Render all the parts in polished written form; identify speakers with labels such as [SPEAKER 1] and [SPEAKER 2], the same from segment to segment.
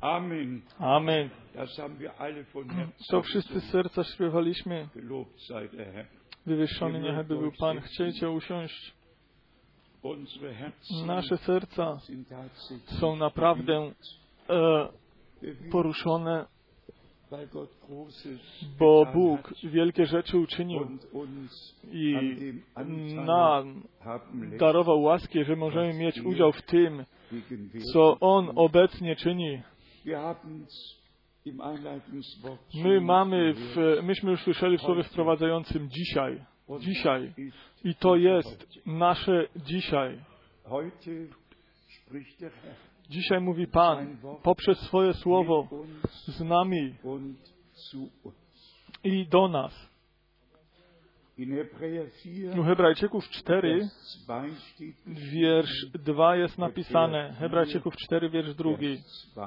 [SPEAKER 1] Amen.
[SPEAKER 2] Amen.
[SPEAKER 1] Das haben wir alle von Herzen
[SPEAKER 2] To wszyscy z serca śpiewaliśmy.
[SPEAKER 1] gelobt sei der Herr.
[SPEAKER 2] Wywyższony niechaj był Pan. Chcieliście usiąść.
[SPEAKER 1] Unsere Herzen
[SPEAKER 2] Nasze serca
[SPEAKER 1] sind tatsächlich
[SPEAKER 2] są naprawdę poruszone,
[SPEAKER 1] weil Gott Großes
[SPEAKER 2] bo
[SPEAKER 1] getan
[SPEAKER 2] Bóg
[SPEAKER 1] hat
[SPEAKER 2] wielkie rzeczy uczynił
[SPEAKER 1] und uns
[SPEAKER 2] i
[SPEAKER 1] an dem Anteil
[SPEAKER 2] nam
[SPEAKER 1] haben lässt,
[SPEAKER 2] darował łaskę, że możemy mieć udział w tym,
[SPEAKER 1] gegen wir
[SPEAKER 2] co On obecnie czyni.
[SPEAKER 1] Wir haben's im Einleitungswort
[SPEAKER 2] Myśmy już słyszeli w słowie wprowadzającym dzisiaj. I to jest nasze dzisiaj.
[SPEAKER 1] Heute spricht der Herr
[SPEAKER 2] Dzisiaj mówi Pan poprzez swoje słowo z nami
[SPEAKER 1] und zu uns.
[SPEAKER 2] i do nas.
[SPEAKER 1] In Hebräer 4,
[SPEAKER 2] U Hebrajczyków 4,
[SPEAKER 1] Vers 2 steht
[SPEAKER 2] wiersz 2 jest napisane. Hebrajczyków 4, wiersz 2.
[SPEAKER 1] Vers 2.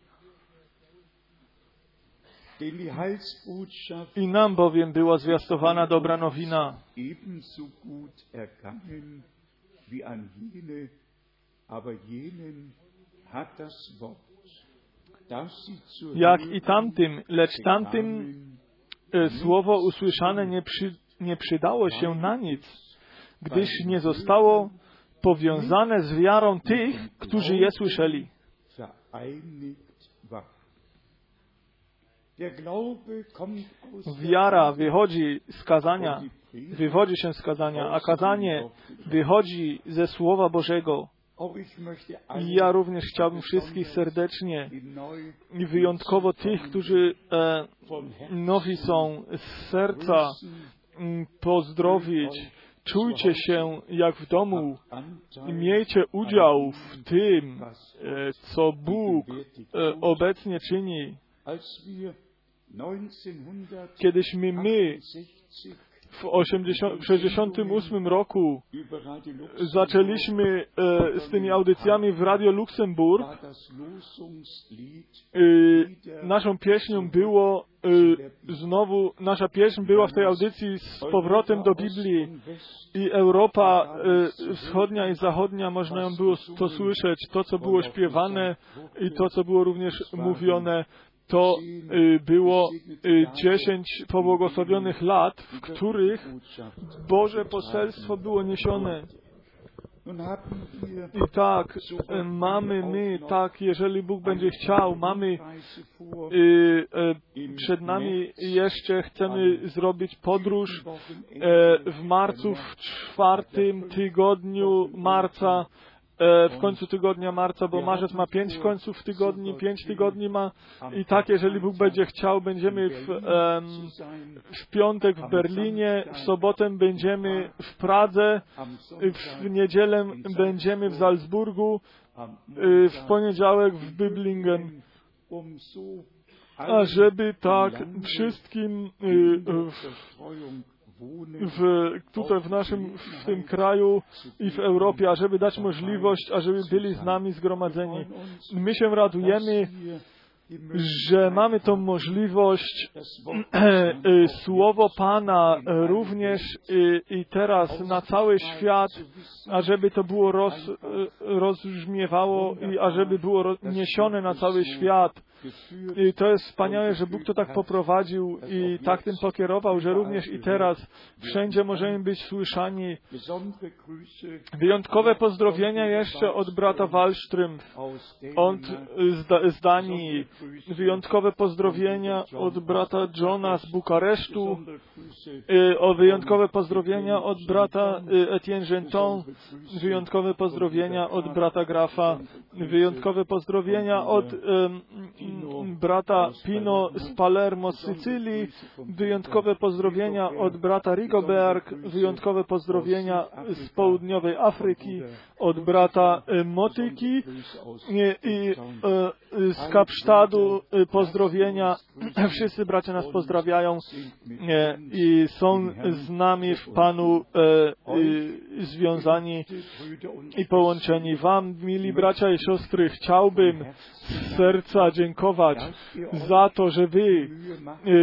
[SPEAKER 1] Denn die Heilsbotschaft
[SPEAKER 2] I nam bowiem była zwiastowana dobra nowina,
[SPEAKER 1] ebenso gut ergangen wie an jene, aber jenen hat das Wort, das sie zur
[SPEAKER 2] jak i
[SPEAKER 1] Höhe
[SPEAKER 2] tamtym, lecz tamtym
[SPEAKER 1] bekamen,
[SPEAKER 2] słowo usłyszane nie przydało się na nic, gdyż nie zostało powiązane z wiarą tych, którzy je słyszeli.
[SPEAKER 1] vereinigt war. Der Glaube kommt aus
[SPEAKER 2] Wiara wywodzi się z kazania, a kazanie wychodzi ze Słowa Bożego.
[SPEAKER 1] Auch ich möchte
[SPEAKER 2] I ja również chciałbym wszystkich serdecznie i wyjątkowo tych, którzy nowi są z serca, pozdrowić. Czujcie się jak w domu i miejcie udział w tym, co Bóg obecnie czyni. Kiedyśmy my w 68 roku zaczęliśmy z tymi audycjami w Radio Luksemburg. Naszą pieśnią było nasza pieśń była w tej audycji z powrotem do Biblii i Europa wschodnia i zachodnia, można ją było to słyszeć, to co było śpiewane i to co było również mówione. To było 10 pobłogosławionych lat, w których Boże poselstwo było niesione. I tak mamy my, jeżeli Bóg będzie chciał, mamy przed nami jeszcze chcemy zrobić podróż w marcu, w 4. tygodniu marca, w końcu tygodnia marca, bo marzec ma 5 końców w tygodniu, 5 tygodni ma. I tak, jeżeli Bóg będzie chciał, będziemy w piątek w Berlinie, w sobotę będziemy w Pradze, w niedzielę będziemy w Salzburgu, w poniedziałek w Böblingen. A żeby tak wszystkim tutaj w tym kraju i w Europie, ażeby dać możliwość, ażeby byli z nami zgromadzeni. My się radujemy, że mamy tą możliwość Słowo Pana również i teraz na cały świat, ażeby to było rozbrzmiewało i ażeby było niesione na cały świat. I to jest wspaniałe, że Bóg to tak poprowadził i tak tym pokierował, że również i teraz wszędzie możemy być słyszani. Wyjątkowe pozdrowienia jeszcze od brata Wallström z Danii. Wyjątkowe pozdrowienia od brata Johna z Bukaresztu. Wyjątkowe pozdrowienia od brata Etienne Genton. Wyjątkowe pozdrowienia od brata Grafa. Wyjątkowe pozdrowienia od brata Pino z Palermo z Sycylii, wyjątkowe pozdrowienia od brata Rigoberg, wyjątkowe pozdrowienia z południowej Afryki od brata Motyki i z Kapsztadu pozdrowienia. Wszyscy bracia nas pozdrawiają i są z nami w Panu związani i połączeni. Wam, mili bracia i siostry, chciałbym z serca dziękować za to, że wy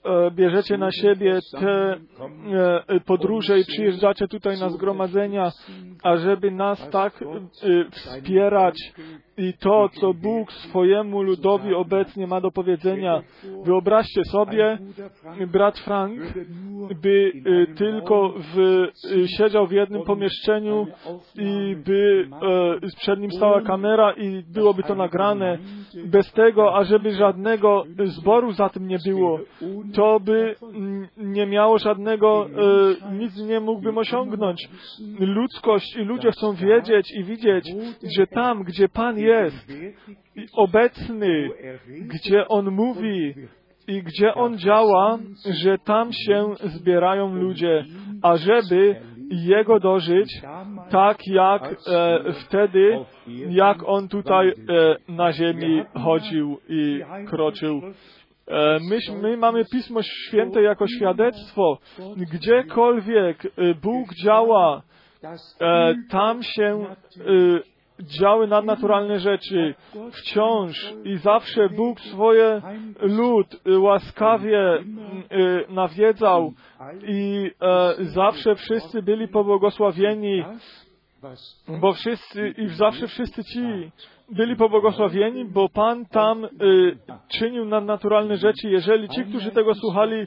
[SPEAKER 2] bierzecie na siebie te podróże i przyjeżdżacie tutaj na zgromadzenia, ażeby nas tak wspierać i to, co Bóg swojemu ludowi obecnie ma do powiedzenia. Wyobraźcie sobie, brat Frank by tylko siedział w jednym pomieszczeniu i by przed nim stała kamera i byłoby to nagrane, bez tego, ażeby żadnego zboru za tym nie było. To by nie miało żadnego, nic nie mógłbym osiągnąć. Ludzkość i ludzie chcą wiedzieć i widzieć, że tam, gdzie Pan jest obecny, gdzie On mówi i gdzie On działa, że tam się zbierają ludzie, ażeby Jego dożyć, tak jak wtedy, jak On tutaj na ziemi chodził i kroczył. My mamy Pismo Święte jako świadectwo. Gdziekolwiek Bóg działa, tam się działy nadnaturalne rzeczy. Wciąż i zawsze Bóg swoje lud łaskawie nawiedzał i zawsze wszyscy byli pobłogosławieni, bo zawsze wszyscy ci byli pobłogosławieni, bo Pan tam czynił nadnaturalne rzeczy. Jeżeli ci, którzy tego słuchali,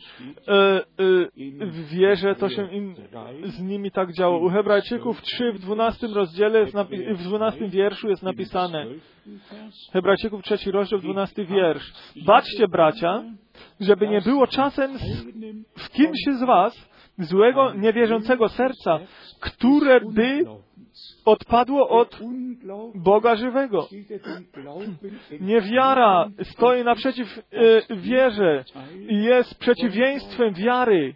[SPEAKER 2] w wierze, to się z nimi tak działo. U Hebrajczyków 3 w 12 rozdziale, w 12 wierszu jest napisane, Hebrajczyków 3 rozdział, 12 wiersz. Baczcie, bracia, żeby nie było czasem w kimś z was złego, niewierzącego serca, które by odpadło od Boga żywego. Niewiara stoi naprzeciw wierze i jest przeciwieństwem wiary.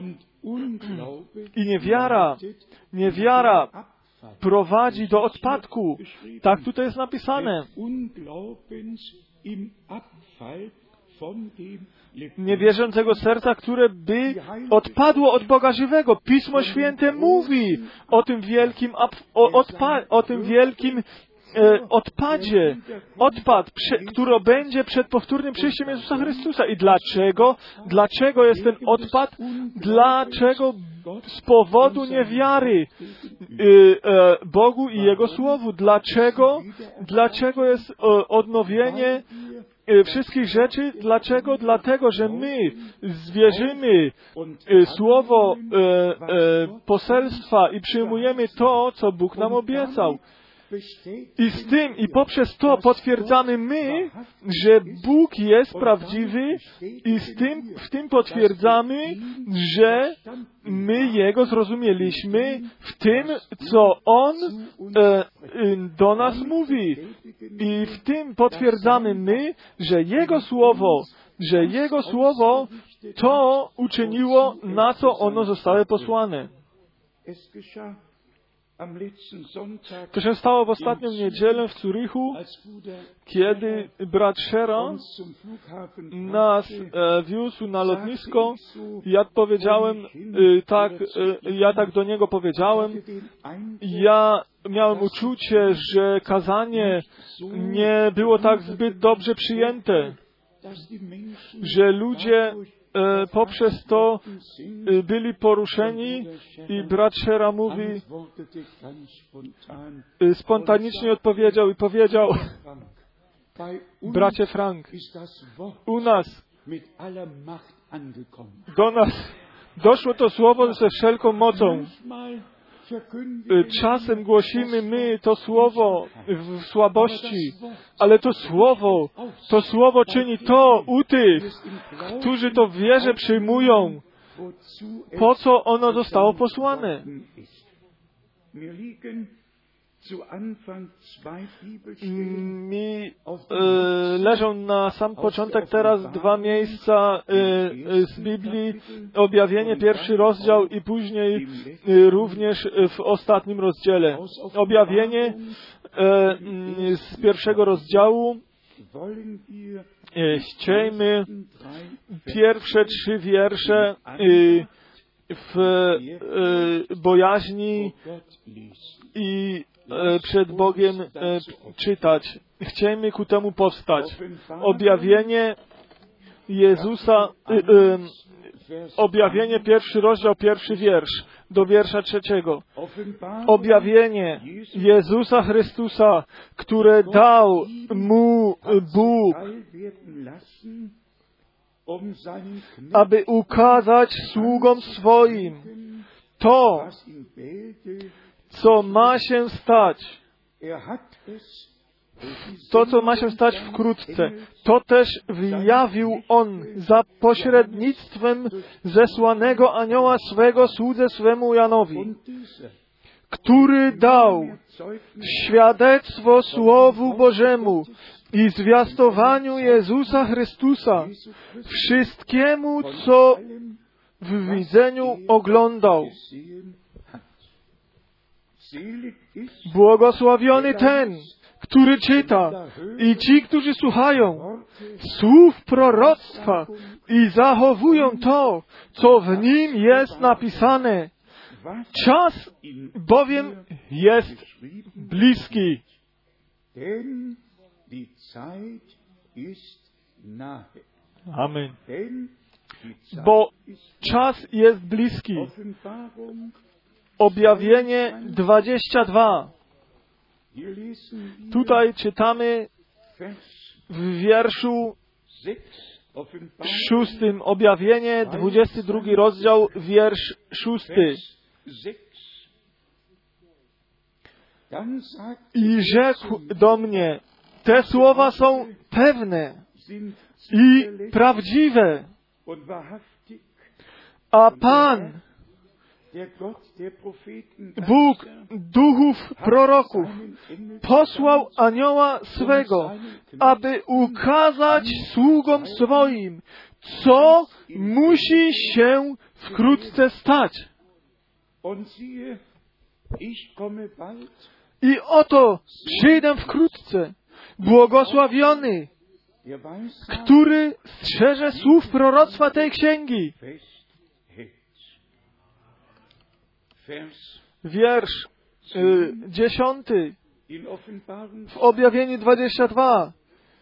[SPEAKER 2] I niewiara prowadzi do odpadku. Tak tutaj jest napisane. Niewierzącego serca, które by odpadło od Boga żywego. Pismo Święte mówi o tym wielkim odpadzie, który będzie przed powtórnym przyjściem Jezusa Chrystusa. I dlaczego? Dlaczego jest ten odpad? Dlaczego? Z powodu niewiary Bogu i Jego Słowu. Dlaczego? Dlaczego jest odnowienie wszystkich rzeczy? Dlaczego? Dlatego, że my zwierzymy słowo poselstwa i przyjmujemy to, co Bóg nam obiecał. I poprzez to potwierdzamy my, że Bóg jest prawdziwy i w tym potwierdzamy, że my Jego zrozumieliśmy w tym, co On do nas mówi. I w tym potwierdzamy my, że Jego Słowo to uczyniło, na co ono zostało posłane. To się stało w ostatnią niedzielę w Zurichu, kiedy brat Scherer nas wiózł na lotnisko. Ja tak do niego powiedziałem. Ja miałem uczucie, że kazanie nie było tak zbyt dobrze przyjęte, że ludzie poprzez to byli poruszeni i brat Scherer mówi, spontanicznie odpowiedział i powiedział, bracie Frank, do nas doszło to słowo ze wszelką mocą. Czasem głosimy my to słowo w słabości, ale to słowo czyni to u tych, którzy to w wierze przyjmują, po co ono zostało posłane. Mi leżą na sam początek teraz dwa miejsca z Biblii, Objawienie, 1 rozdział i później również w ostatnim rozdziale. Objawienie z 1 rozdziału. Chciejmy pierwsze 3 wiersze w bojaźni i przed Bogiem czytać. Chciejmy ku temu powstać. Objawienie Jezusa, objawienie, 1 rozdział, 1 wiersz, do wiersza 3. Objawienie Jezusa Chrystusa, które dał Mu Bóg, aby ukazać sługom swoim to, co ma się stać. To, co ma się stać wkrótce, to też wyjawił On za pośrednictwem zesłanego anioła swego słudze swemu Janowi, który dał świadectwo Słowu Bożemu i zwiastowaniu Jezusa Chrystusa wszystkiemu, co w widzeniu oglądał. Błogosławiony ten, który czyta i ci, którzy słuchają słów proroctwa i zachowują to, co w nim jest napisane. Czas bowiem jest bliski. Amen. Bo czas jest bliski. Objawienie 22. Tutaj czytamy w wierszu 6. Objawienie, 22 rozdział, wiersz 6. I rzekł do mnie, te słowa są pewne i prawdziwe, a Pan, Bóg duchów proroków, posłał anioła swego, aby ukazać sługom swoim, co musi się wkrótce stać. I oto przyjdę wkrótce, błogosławiony, który strzeże słów proroctwa tej księgi. Wiersz 10 w Objawieniu 22.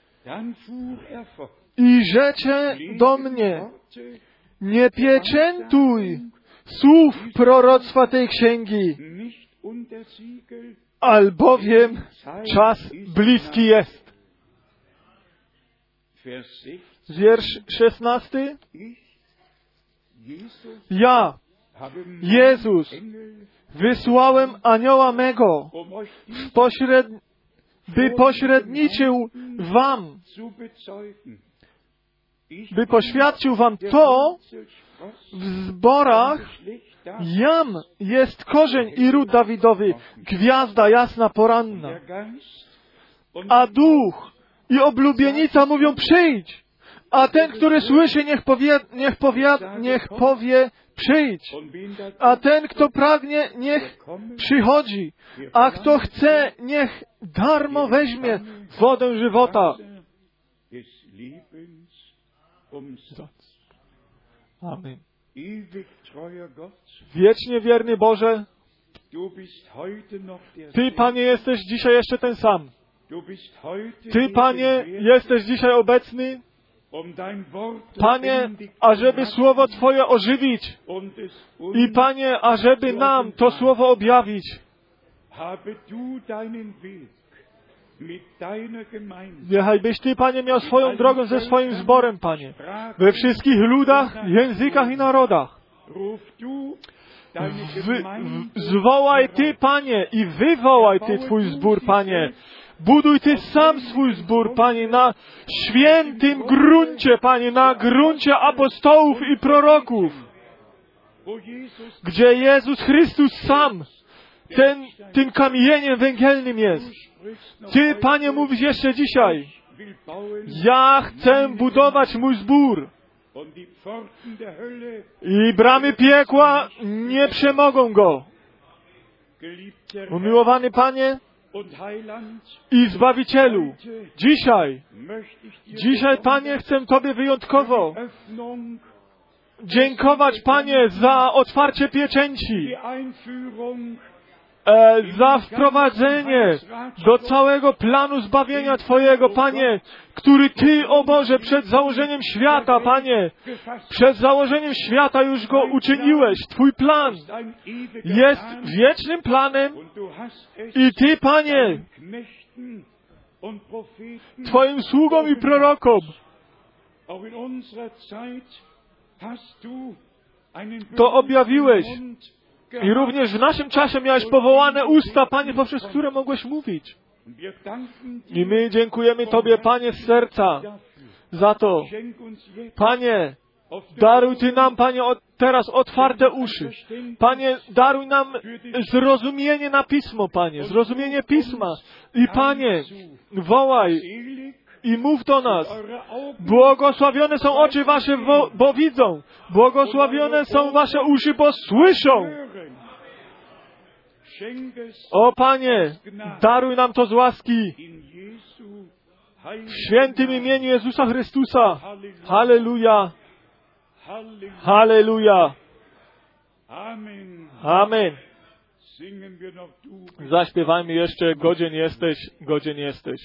[SPEAKER 2] I rzecze do mnie, nie pieczętuj słów proroctwa tej księgi, albowiem czas bliski jest. Wiersz 16. Ja, Jezus, wysłałem anioła mego, by pośredniczył wam, by poświadczył wam to w zborach, jam jest korzeń i ród Dawidowy, gwiazda jasna poranna. A duch i oblubienica mówią przyjdź, a ten, który słyszy, niech powie przyjdź. A ten, kto pragnie, niech przychodzi. A kto chce, niech darmo weźmie wodę żywota. Amen. Wiecznie wierny Boże, Ty, Panie, jesteś dzisiaj jeszcze ten sam. Ty, Panie, jesteś dzisiaj obecny, Panie, ażeby Słowo Twoje ożywić i Panie, ażeby nam to Słowo objawić. Niechajbyś Ty, Panie, miał swoją drogą ze swoim zborem, Panie, we wszystkich ludach, językach i narodach. Zwołaj Ty, Panie, i wywołaj Ty Twój zbór, Panie. Buduj Ty sam swój zbór, Panie, na świętym gruncie, Panie, na gruncie apostołów i proroków, gdzie Jezus Chrystus sam tym kamieniem węgielnym jest. Ty, Panie, mówisz jeszcze dzisiaj, ja chcę budować mój zbór i bramy piekła nie przemogą go. Umiłowany Panie i Zbawicielu, dzisiaj, Panie, chcę Tobie wyjątkowo dziękować, Panie, za otwarcie pieczęci, za wprowadzenie do całego planu zbawienia Twojego, Panie, który Ty, o Boże, przed założeniem świata, Panie, przed założeniem świata już go uczyniłeś. Twój plan jest wiecznym planem i Ty, Panie, Twoim sługom i prorokom to objawiłeś. I również w naszym czasie miałeś powołane usta, Panie, poprzez które mogłeś mówić. I my dziękujemy Tobie, Panie, z serca za to. Panie, daruj Ty nam, Panie, teraz otwarte uszy. Panie, daruj nam zrozumienie na Pismo, Panie, zrozumienie Pisma. I Panie, wołaj i mów do nas. Błogosławione są oczy Wasze, bo widzą. Błogosławione są Wasze uszy, bo słyszą. O Panie, daruj nam to z łaski. W świętym imieniu Jezusa Chrystusa. Halleluja. Halleluja. Amen. Zaśpiewajmy jeszcze, godzien jesteś, godzien jesteś.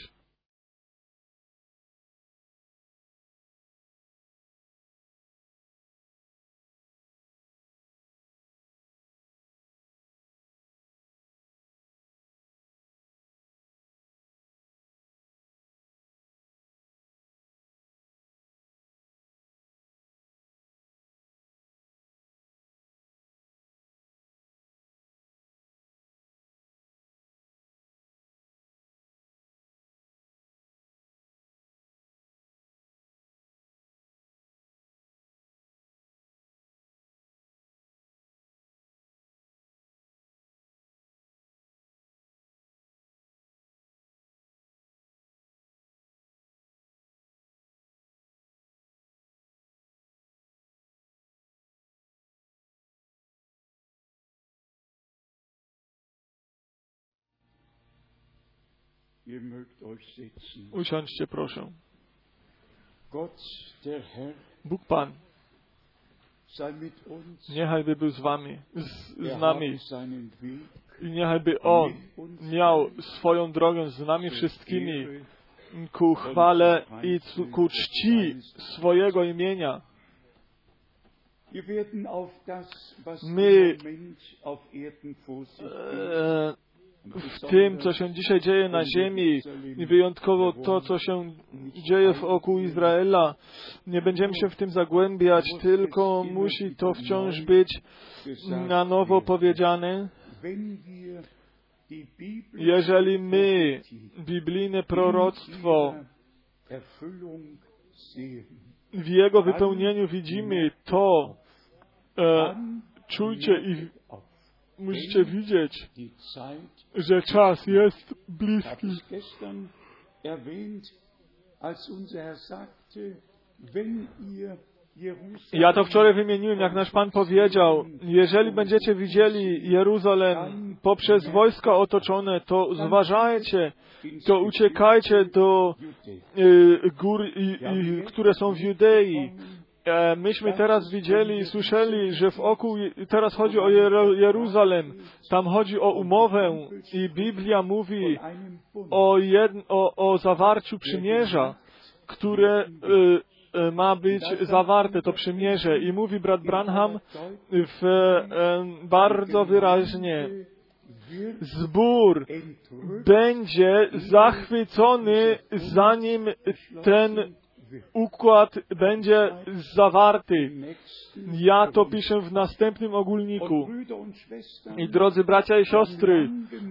[SPEAKER 2] Usiądźcie, proszę. Bóg Pan, niechajby był z wami, z nami. I niechajby On miał swoją drogę z nami wszystkimi ku chwale i ku czci swojego imienia. My w tym, co się dzisiaj dzieje na ziemi i wyjątkowo to, co się dzieje wokół Izraela, nie będziemy się w tym zagłębiać, tylko musi to wciąż być na nowo powiedziane. Jeżeli my biblijne proroctwo w jego wypełnieniu widzimy, to czujcie i musicie widzieć, że czas jest bliski. Ja to wczoraj wymieniłem, jak nasz Pan powiedział, jeżeli będziecie widzieli Jeruzalem poprzez wojska otoczone, to zważajcie, to uciekajcie do gór, które są w Judei. Myśmy teraz widzieli i słyszeli, że wokół teraz chodzi o Jeruzalem. Tam chodzi o umowę i Biblia mówi o zawarciu przymierza, które ma być zawarte, to przymierze. I mówi brat Branham bardzo wyraźnie, zbór będzie zachwycony, zanim ten układ będzie zawarty. Ja to piszę w następnym ogólniku. I drodzy bracia i siostry,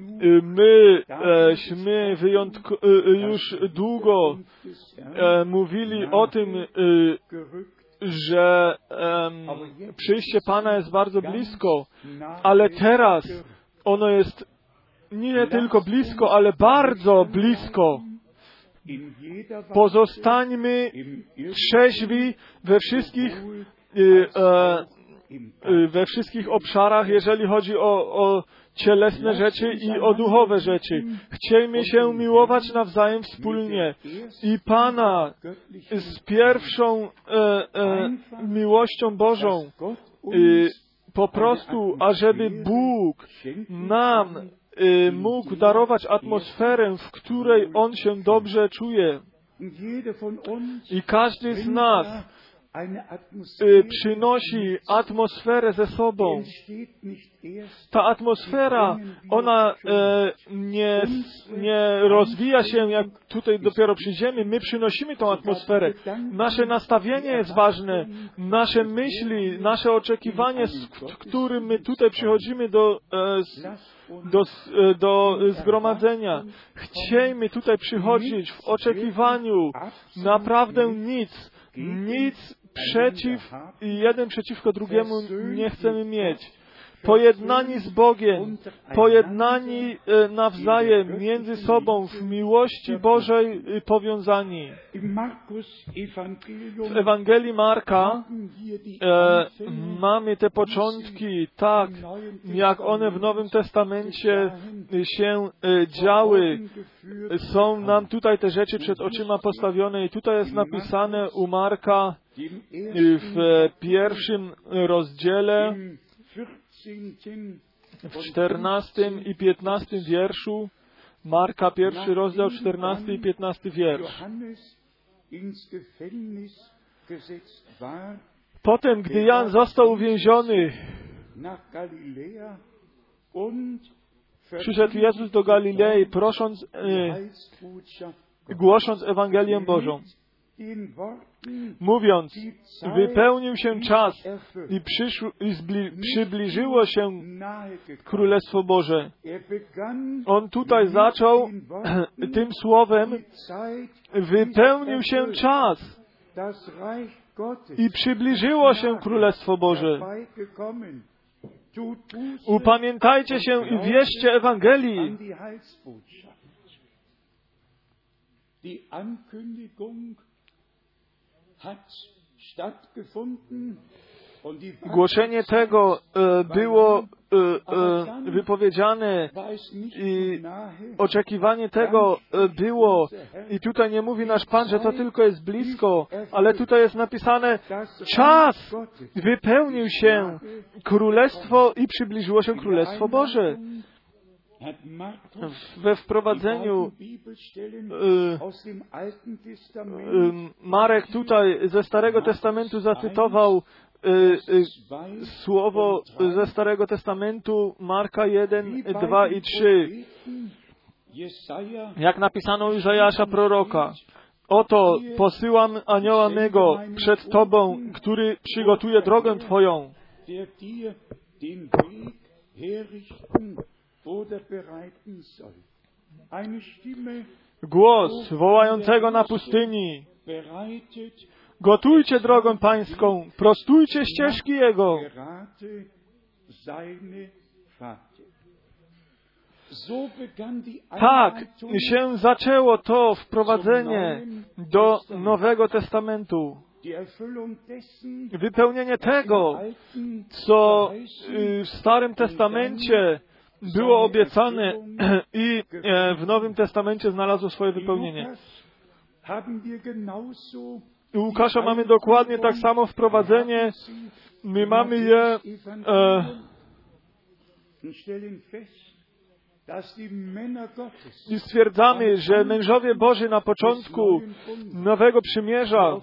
[SPEAKER 2] myśmy już długo mówili o tym, że przyjście Pana jest bardzo blisko, ale teraz ono jest nie tylko blisko, ale bardzo blisko. Pozostańmy trzeźwi we wszystkich obszarach, jeżeli chodzi o cielesne rzeczy i o duchowe rzeczy. Chciejmy się miłować nawzajem wspólnie i Pana z pierwszą miłością Bożą po prostu, ażeby Bóg nam mógł darować atmosferę, w której on się dobrze czuje. I każdy z nas przynosi atmosferę ze sobą. Ta atmosfera, ona nie rozwija się, jak tutaj dopiero przyjdziemy. My przynosimy tą atmosferę. Nasze nastawienie jest ważne. Nasze myśli, nasze oczekiwanie, z którym my tutaj przychodzimy do zgromadzenia. Chciejmy tutaj przychodzić w oczekiwaniu naprawdę nic jeden przeciwko drugiemu nie chcemy mieć. Pojednani z Bogiem, pojednani nawzajem, między sobą, w miłości Bożej powiązani. W Ewangelii Marka mamy te początki, tak jak one w Nowym Testamencie się działy. Są nam tutaj te rzeczy przed oczyma postawione i tutaj jest napisane u Marka w 1 rozdziale, w 14 i 15 wierszu, Marka 1 rozdział, 14 i 15 wiersz. Potem, gdy Jan został uwięziony, przyszedł Jezus do Galilei, głosząc Ewangelię Bożą, mówiąc, wypełnił się czas i przybliżyło się Królestwo Boże. On tutaj zaczął tym słowem, wypełnił się czas i przybliżyło się Królestwo Boże. Upamiętajcie się i wierzcie Ewangelii. Głoszenie tego było wypowiedziane i oczekiwanie tego było. I tutaj nie mówi nasz Pan, że to tylko jest blisko, ale tutaj jest napisane, czas wypełnił się Królestwo i przybliżyło się Królestwo Boże. We wprowadzeniu Marek tutaj ze Starego Testamentu zacytował słowo ze Starego Testamentu Marka 1, 2 i 3. Jak napisano u Izajasza proroka. Oto posyłam anioła mego przed Tobą, który przygotuje drogę Twoją. Głos wołającego na pustyni. Gotujcie drogę Pańską, prostujcie ścieżki Jego. Tak się zaczęło to wprowadzenie do Nowego Testamentu. Wypełnienie tego, co w Starym Testamencie było obiecane i w Nowym Testamencie znalazło swoje wypełnienie. U Łukasza mamy dokładnie tak samo wprowadzenie. My mamy je i stwierdzamy, że mężowie Boży na początku Nowego Przymierza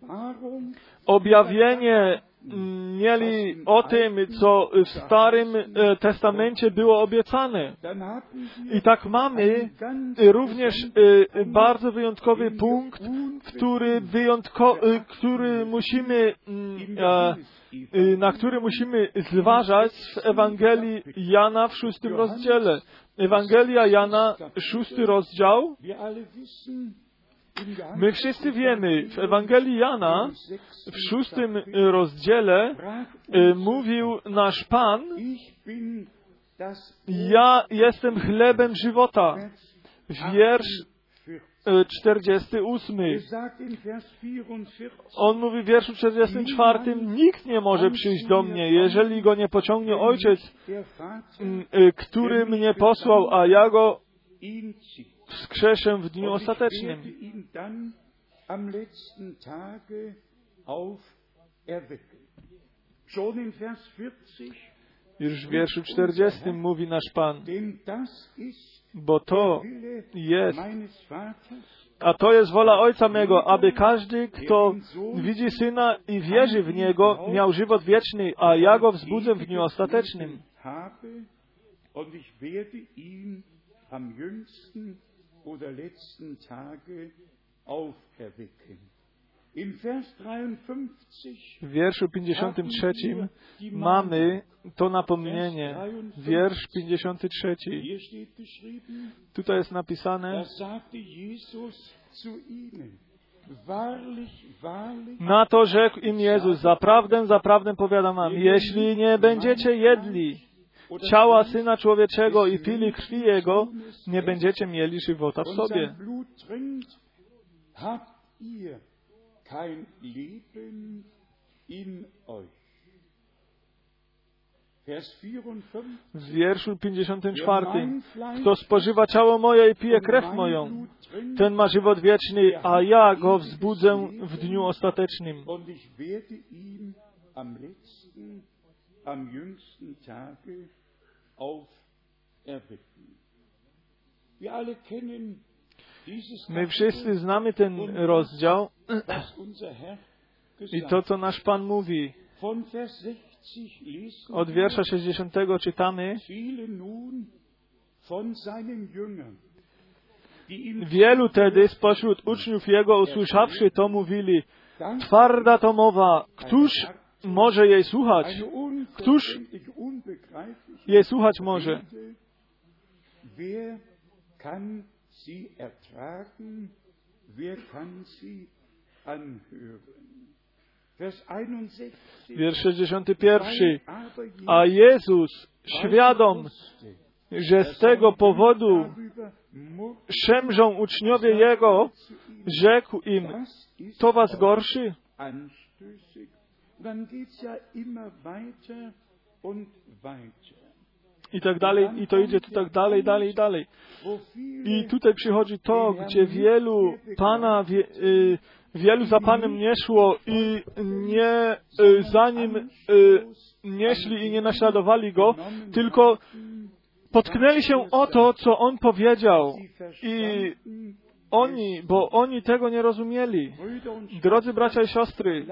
[SPEAKER 2] objawienie mieli o tym, co w Starym Testamencie było obiecane. I tak mamy również bardzo wyjątkowy punkt, na który musimy zważać w Ewangelii Jana w 6 rozdziale. Ewangelia Jana, 6 rozdział. My wszyscy wiemy, w Ewangelii Jana, w 6 rozdziale mówił nasz Pan, ja jestem chlebem żywota. Wiersz 48. On mówi w wierszu 44, nikt nie może przyjść do mnie, jeżeli go nie pociągnie Ojciec, który mnie posłał, a ja go wskrzeszę w dniu ostatecznym. Już w wierszu 40 mówi nasz Pan, bo to jest, a to jest wola Ojca mego, aby każdy, kto widzi Syna i wierzy w Niego, miał żywot wieczny, a ja go wzbudzę w dniu ostatecznym. W wierszu 53 mamy to napomnienie. Wiersz 53. Tutaj jest napisane: na to rzekł im Jezus, zaprawdę, zaprawdę powiadam wam, jeśli nie będziecie jedli ciała Syna Człowieczego i pili krwi Jego, nie będziecie mieli żywota w sobie.
[SPEAKER 1] Kein Leben in euch. Vers 54.
[SPEAKER 2] W wierszu 54. Kto spożywa ciało moje i pije krew moją, ten ma żywot wieczny, a ja go wzbudzę w dniu ostatecznym.
[SPEAKER 1] Und ich werde ihn am letzten, am jüngsten Tage auferwecken. Wir alle kennen.
[SPEAKER 2] My wszyscy znamy ten rozdział i to, co nasz Pan mówi. Od wiersza 60 czytamy: wielu tedy spośród uczniów Jego, usłyszawszy to, mówili: twarda to mowa, któż może jej słuchać? Któż jej słuchać może?
[SPEAKER 1] Sie ertragen, wer kann sie anhören? Vers 61.
[SPEAKER 2] Wiersz 61. A Jezus, świadom, że z tego powodu szemrzą uczniowie Jego, rzekł im: to was gorszy? I tak dalej, i to idzie tu tak dalej, dalej, dalej. I tutaj przychodzi to, gdzie wielu za Panem nie szło i nie za Nim nie szli i nie naśladowali Go, tylko potknęli się o to, co On powiedział. I bo oni tego nie rozumieli. Drodzy bracia i siostry,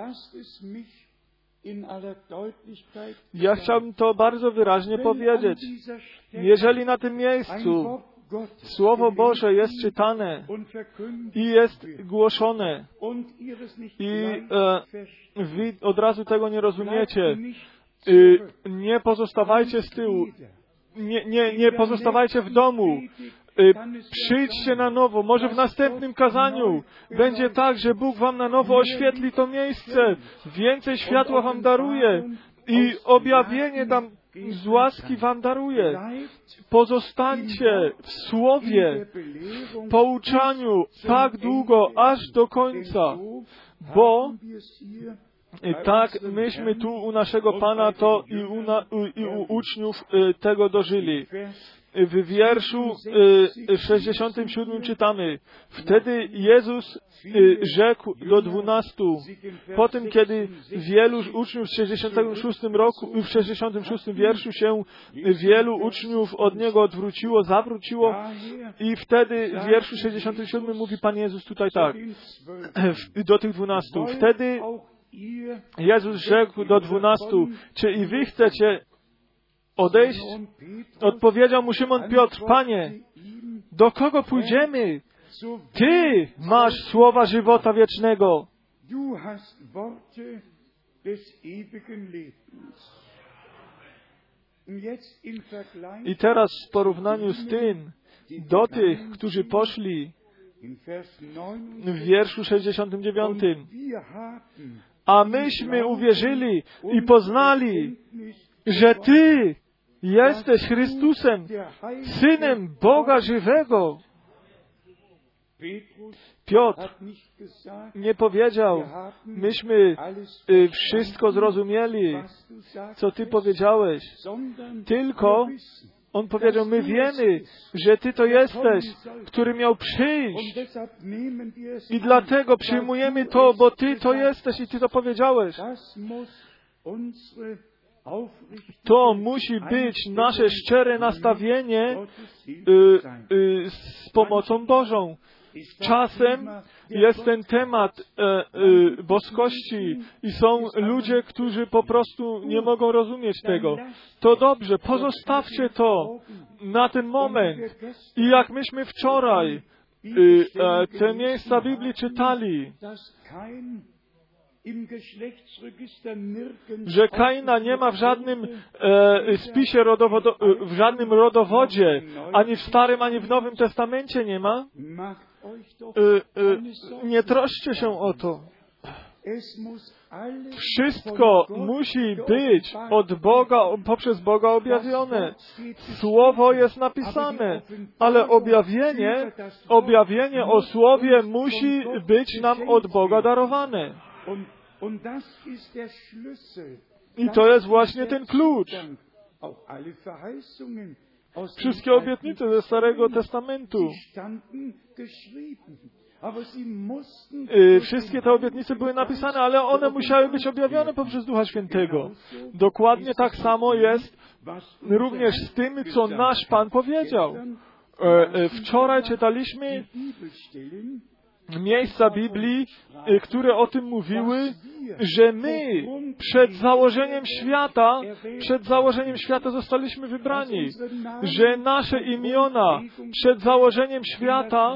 [SPEAKER 2] ja chciałbym to bardzo wyraźnie powiedzieć. Jeżeli na tym miejscu Słowo Boże jest czytane i jest głoszone i wy od razu tego nie rozumiecie, nie pozostawajcie z tyłu, nie pozostawajcie w domu. Przyjdźcie na nowo. Może w następnym kazaniu będzie tak, że Bóg wam na nowo oświetli to miejsce. Więcej światła wam daruje i objawienie z łaski wam daruje. Pozostańcie w Słowie, w pouczaniu tak długo, aż do końca, bo tak myśmy tu u naszego Pana to i u uczniów tego dożyli. W wierszu 67 czytamy: wtedy Jezus rzekł do 12, po tym, kiedy wielu uczniów w 66 wierszu się wielu uczniów od Niego odwróciło, zawróciło, i wtedy w wierszu 67 mówi Pan Jezus tutaj tak, do tych 12. Wtedy Jezus rzekł do 12, czy i wy chcecie odejść? Odpowiedział mu Szymon Piotr: Panie, do kogo pójdziemy? Ty masz słowa żywota wiecznego. I teraz w porównaniu z tym, do tych, którzy poszli w wierszu 69, a myśmy uwierzyli i poznali, że Ty jesteś Chrystusem, Synem Boga żywego. Piotr nie powiedział: myśmy wszystko zrozumieli, co Ty powiedziałeś. Tylko on powiedział: my wiemy, że Ty to jesteś, który miał przyjść. I dlatego przyjmujemy to, bo Ty to jesteś i Ty to powiedziałeś. To musi być nasze szczere nastawienie z pomocą Bożą. Czasem jest ten temat boskości i są ludzie, którzy po prostu nie mogą rozumieć tego. To dobrze, pozostawcie to na ten moment. I jak myśmy wczoraj te miejsca Biblii czytali, że Kaina nie ma w żadnym spisie w żadnym rodowodzie, ani w Starym, ani w Nowym Testamencie nie ma. Nie troszczcie się o to. Wszystko musi być od Boga, poprzez Boga objawione. Słowo jest napisane, ale objawienie o Słowie musi być nam od Boga darowane. I to jest właśnie ten klucz. Wszystkie obietnice ze Starego Testamentu. Wszystkie te obietnice były napisane, ale one musiały być objawione poprzez Ducha Świętego. Dokładnie tak samo jest również z tym, co nasz Pan powiedział. Wczoraj czytaliśmy miejsca Biblii, które o tym mówiły, że my przed założeniem świata zostaliśmy wybrani, że nasze imiona przed założeniem świata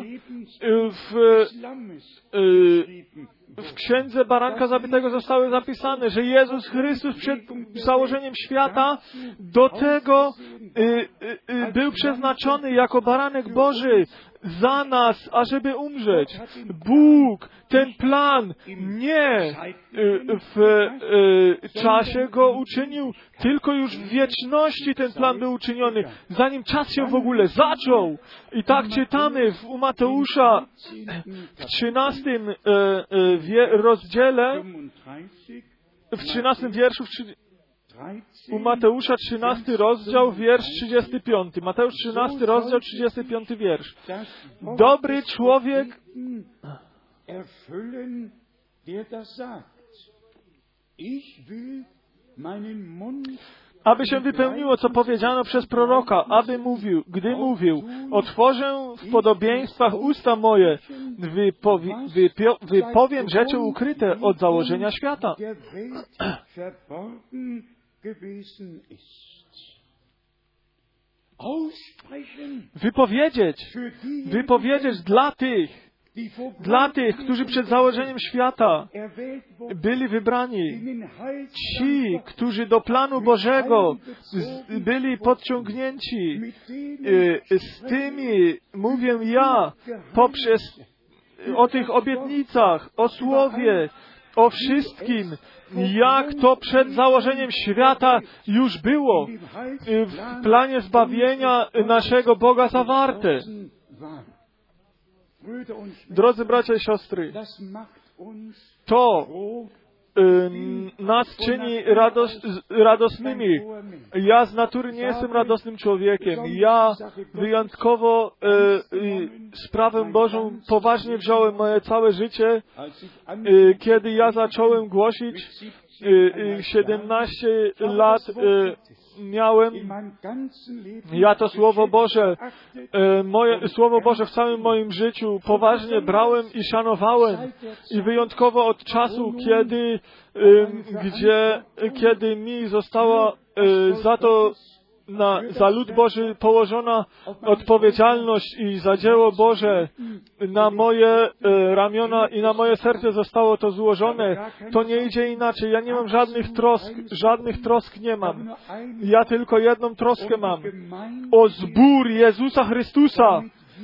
[SPEAKER 2] w Księdze Baranka Zabitego zostały zapisane, że Jezus Chrystus przed założeniem świata do tego był przeznaczony jako Baranek Boży za nas, ażeby umrzeć. Bóg ten plan nie w czasie go uczynił, tylko już w wieczności ten plan był uczyniony, zanim czas się w ogóle zaczął. I tak czytamy u Mateusza w 13 rozdziale, w 13 wierszu, u Mateusza 13 rozdział, wiersz 35. Mateusz 13 rozdział, 35 wiersz. Dobry człowiek aby się wypełniło, co powiedziano przez proroka, gdy mówił, otworzę w podobieństwach usta moje, wypowiem rzeczy ukryte od założenia świata. Wypowiedzieć dla tych, którzy przed założeniem świata byli wybrani. Ci, którzy do planu Bożego byli podciągnięci. Z tymi mówię ja o tych obietnicach, o Słowie, o wszystkim, jak to przed założeniem świata już było w planie zbawienia naszego Boga zawarte. Drodzy bracia i siostry, to nas czyni radosnymi. Ja z natury nie jestem radosnym człowiekiem. Ja wyjątkowo sprawę Bożą poważnie wziąłem moje całe życie. Kiedy ja zacząłem głosić, 17 lat miałem, ja to Słowo Boże w całym moim życiu poważnie brałem i szanowałem. I wyjątkowo od czasu, kiedy mi została za lud Boży położona odpowiedzialność i za dzieło Boże na moje ramiona i na moje serce zostało to złożone, to nie idzie inaczej. Ja nie mam żadnych trosk nie mam. Ja tylko jedną troskę mam. O zbór Jezusa Chrystusa,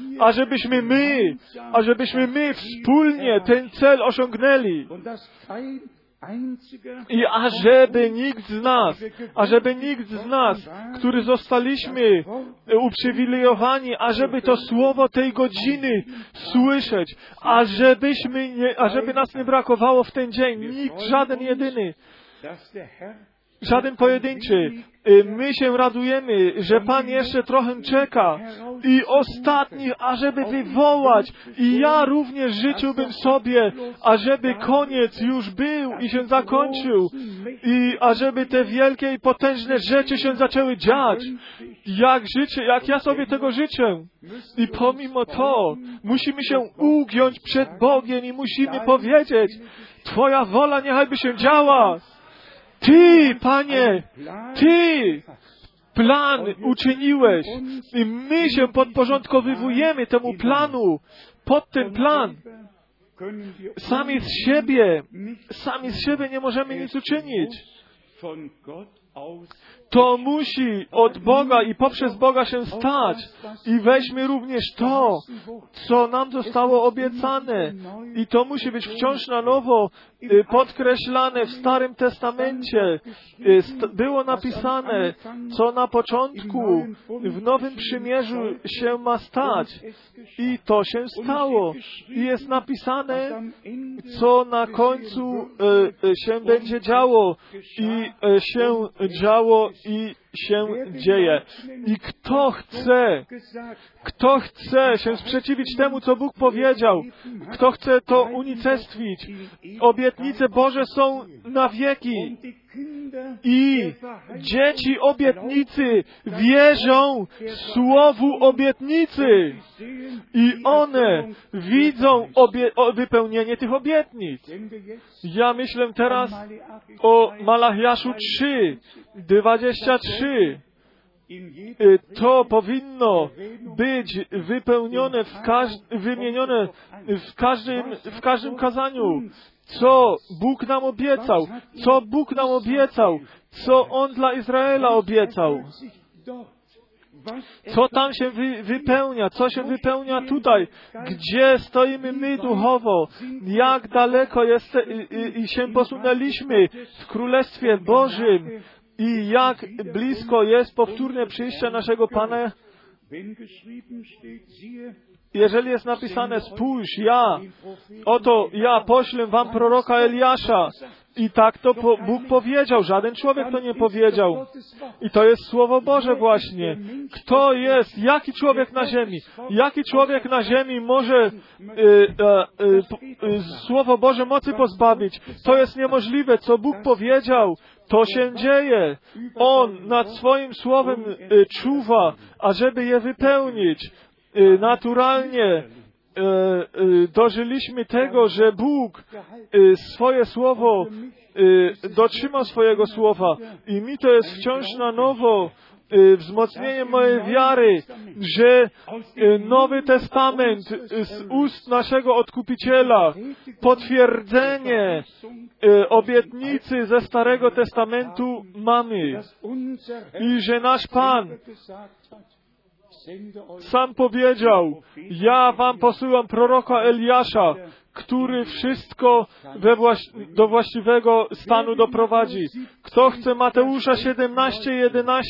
[SPEAKER 2] ażebyśmy my wspólnie ten cel osiągnęli. I ażeby nikt z nas, który zostaliśmy uprzywilejowani, ażeby to słowo tej godziny słyszeć, ażeby nas nie brakowało w ten dzień, nikt, żaden jedyny, żaden pojedynczy. My się radujemy, że Pan jeszcze trochę czeka i ostatni, ażeby wywołać. I ja również życzyłbym sobie, ażeby koniec już był i się zakończył. I ażeby te wielkie i potężne rzeczy się zaczęły dziać. Jak ja sobie tego życzę. I pomimo to musimy się ugiąć przed Bogiem i musimy powiedzieć, Twoja wola niechajby się działa. Ty, Panie, Ty plan uczyniłeś i my się podporządkowywujemy temu planu, pod ten plan. Sami z siebie nie możemy nic uczynić. To musi od Boga i poprzez Boga się stać. I weźmy również to, co nam zostało obiecane. I to musi być wciąż na nowo podkreślane w Starym Testamencie. Było napisane, co na początku w Nowym Przymierzu się ma stać. I to się stało. I jest napisane, co na końcu się będzie działo. I się działo i się dzieje. I kto chce się sprzeciwić temu, co Bóg powiedział, kto chce to unicestwić, obietnice Boże są na wieki. I dzieci obietnicy wierzą słowu obietnicy. I one widzą wypełnienie tych obietnic. Ja myślę teraz o Malachiaszu 3:23. To powinno być wypełnione wymienione w każdym kazaniu. Co Bóg nam obiecał, co On dla Izraela obiecał. Co tam się wypełnia, co się wypełnia tutaj, gdzie stoimy my duchowo, jak daleko i się posunęliśmy w Królestwie Bożym i jak blisko jest powtórne przyjście naszego Pana. Jeżeli jest napisane, spójrz, ja poślę wam proroka Eliasza. I tak to Bóg powiedział, żaden człowiek to nie powiedział. I to jest Słowo Boże właśnie. Kto jest, jaki człowiek na ziemi? Jaki człowiek na ziemi może Słowo Boże mocy pozbawić? To jest niemożliwe. Co Bóg powiedział, to się dzieje. On nad swoim Słowem czuwa, ażeby je wypełnić. Naturalnie dożyliśmy tego, że Bóg swoje Słowo dotrzymał swojego Słowa i mi to jest wciąż na nowo wzmocnienie mojej wiary, że Nowy Testament z ust naszego Odkupiciela, potwierdzenie obietnicy ze Starego Testamentu mamy i że nasz Pan sam powiedział, ja wam posyłam proroka Eliasza, który wszystko do właściwego stanu doprowadzi. Kto chce Mateusza 17:11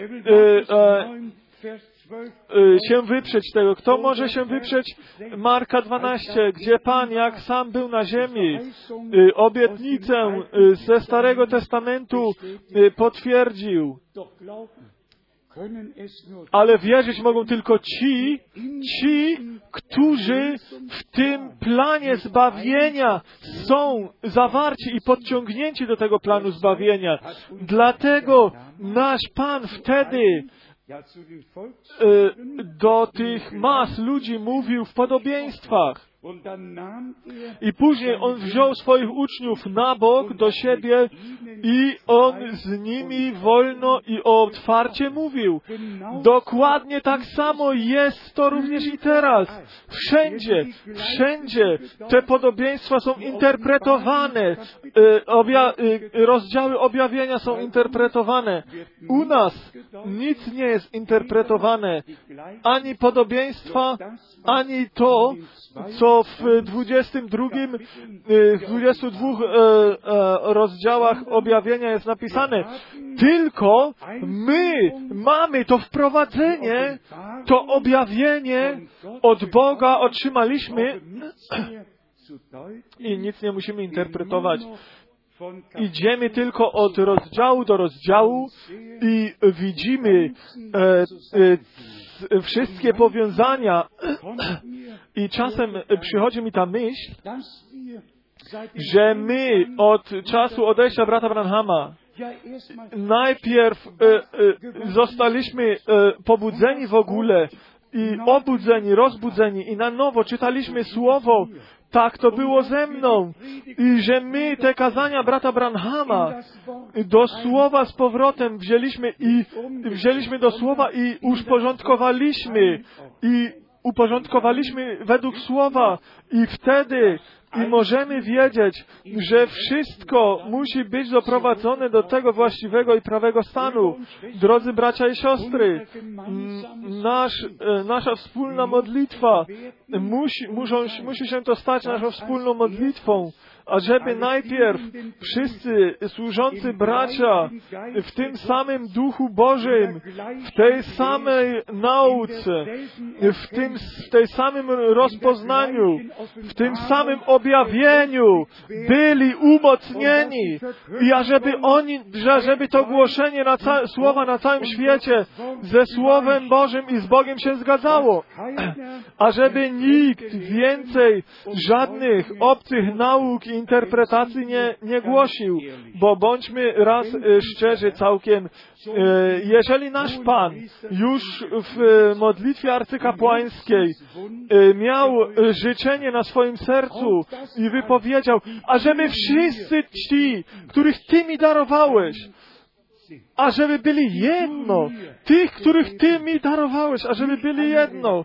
[SPEAKER 2] się wyprzeć tego? Kto może się wyprzeć Marka 12, gdzie Pan, jak sam był na ziemi, obietnicę ze Starego Testamentu potwierdził. Ale wierzyć mogą tylko ci, którzy w tym planie zbawienia są zawarci i podciągnięci do tego planu zbawienia. Dlatego nasz Pan wtedy do tych mas ludzi mówił w podobieństwach. I później On wziął swoich uczniów na bok do siebie i On z nimi wolno i otwarcie mówił. Dokładnie tak samo jest to również i teraz. Wszędzie te podobieństwa są interpretowane. Rozdziały objawienia są interpretowane. U nas nic nie jest interpretowane. Ani podobieństwa, ani to, co w 22 rozdziałach objawienia jest napisane. Tylko my mamy to wprowadzenie, to objawienie od Boga otrzymaliśmy i nic nie musimy interpretować. idziemy tylko od rozdziału do rozdziału i widzimy wszystkie powiązania i czasem przychodzi mi ta myśl, że my od czasu odejścia brata Branhama najpierw zostaliśmy pobudzeni w ogóle i obudzeni, rozbudzeni i na nowo czytaliśmy Słowo. Tak to było ze mną. I że my te kazania brata Branhama do Słowa z powrotem wzięliśmy do Słowa i uporządkowaliśmy według Słowa. I wtedy możemy wiedzieć, że wszystko musi być doprowadzone do tego właściwego i prawego stanu. Drodzy bracia i siostry, nasza wspólna modlitwa musi się to stać naszą wspólną modlitwą, ażeby najpierw wszyscy służący bracia w tym samym Duchu Bożym, w tej samej nauce, w tej samym rozpoznaniu, w tym samym objawieniu byli umocnieni i ażeby to głoszenie Słowa na całym świecie ze Słowem Bożym i z Bogiem się zgadzało. Ażeby nikt więcej żadnych obcych nauk i interpretacji nie głosił, bo bądźmy raz szczerzy całkiem, jeżeli nasz Pan już w modlitwie arcykapłańskiej miał życzenie na swoim sercu i wypowiedział, ażeby wszyscy ci, których Ty mi darowałeś, ażeby byli jedno, tych, których Ty mi darowałeś, ażeby byli jedno.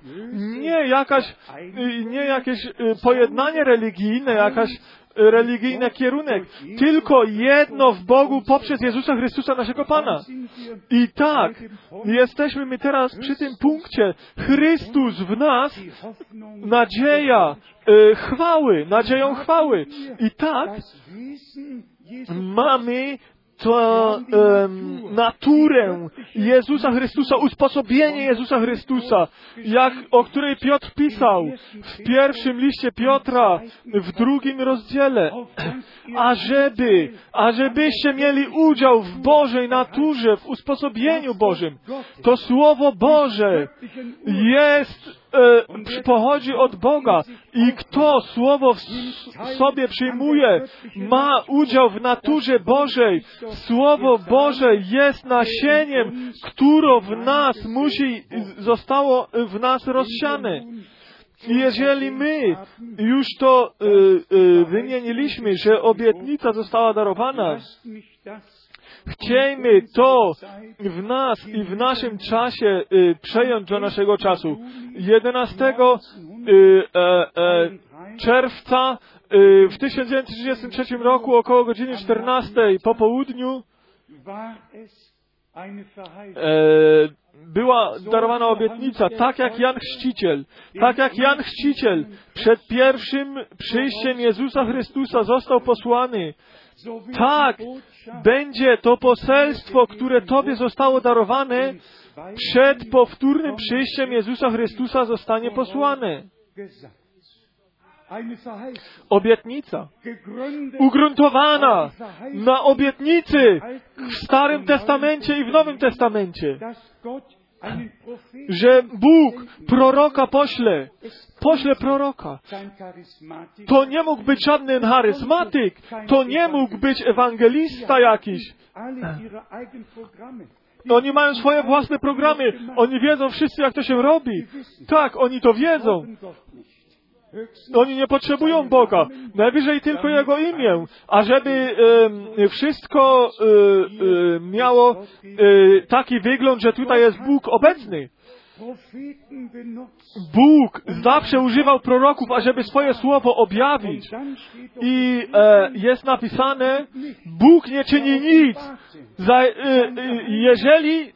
[SPEAKER 2] Nie jakieś pojednanie religijne, jakaś religijny kierunek, tylko jedno w Bogu poprzez Jezusa Chrystusa, naszego Pana. I tak, jesteśmy my teraz przy tym punkcie. Chrystus w nas, nadzieją chwały. I tak, mamy to naturę Jezusa Chrystusa, usposobienie Jezusa Chrystusa, o której Piotr pisał w pierwszym liście Piotra, w 2 rozdziale, ażebyście mieli udział w Bożej naturze, w usposobieniu Bożym. To Słowo Boże pochodzi od Boga i kto Słowo w sobie przyjmuje, ma udział w naturze Bożej. Słowo Boże jest nasieniem, które zostało w nas rozsiane. I jeżeli my już to wymieniliśmy, że obietnica została darowana, chciejmy to w nas i w naszym czasie przejąć do naszego czasu. 11 czerwca w 1933 roku około godziny 14 po południu była darowana obietnica, tak jak Jan Chrzciciel przed pierwszym przyjściem Jezusa Chrystusa został posłany. Tak, będzie to poselstwo, które Tobie zostało darowane, przed powtórnym przyjściem Jezusa Chrystusa zostanie posłane. Obietnica ugruntowana na obietnicy w Starym Testamencie i w Nowym Testamencie, że Bóg proroka pośle proroka. To nie mógł być żaden charyzmatyk, to nie mógł być ewangelista jakiś. Oni mają swoje własne programy, oni wiedzą wszyscy, jak to się robi. Tak, oni to wiedzą. Oni nie potrzebują Boga. Najwyżej tylko Jego imię. A żeby wszystko miało taki wygląd, że tutaj jest Bóg obecny. Bóg zawsze używał proroków, ażeby swoje słowo objawić. I jest napisane, Bóg nie czyni nic. Jeżeli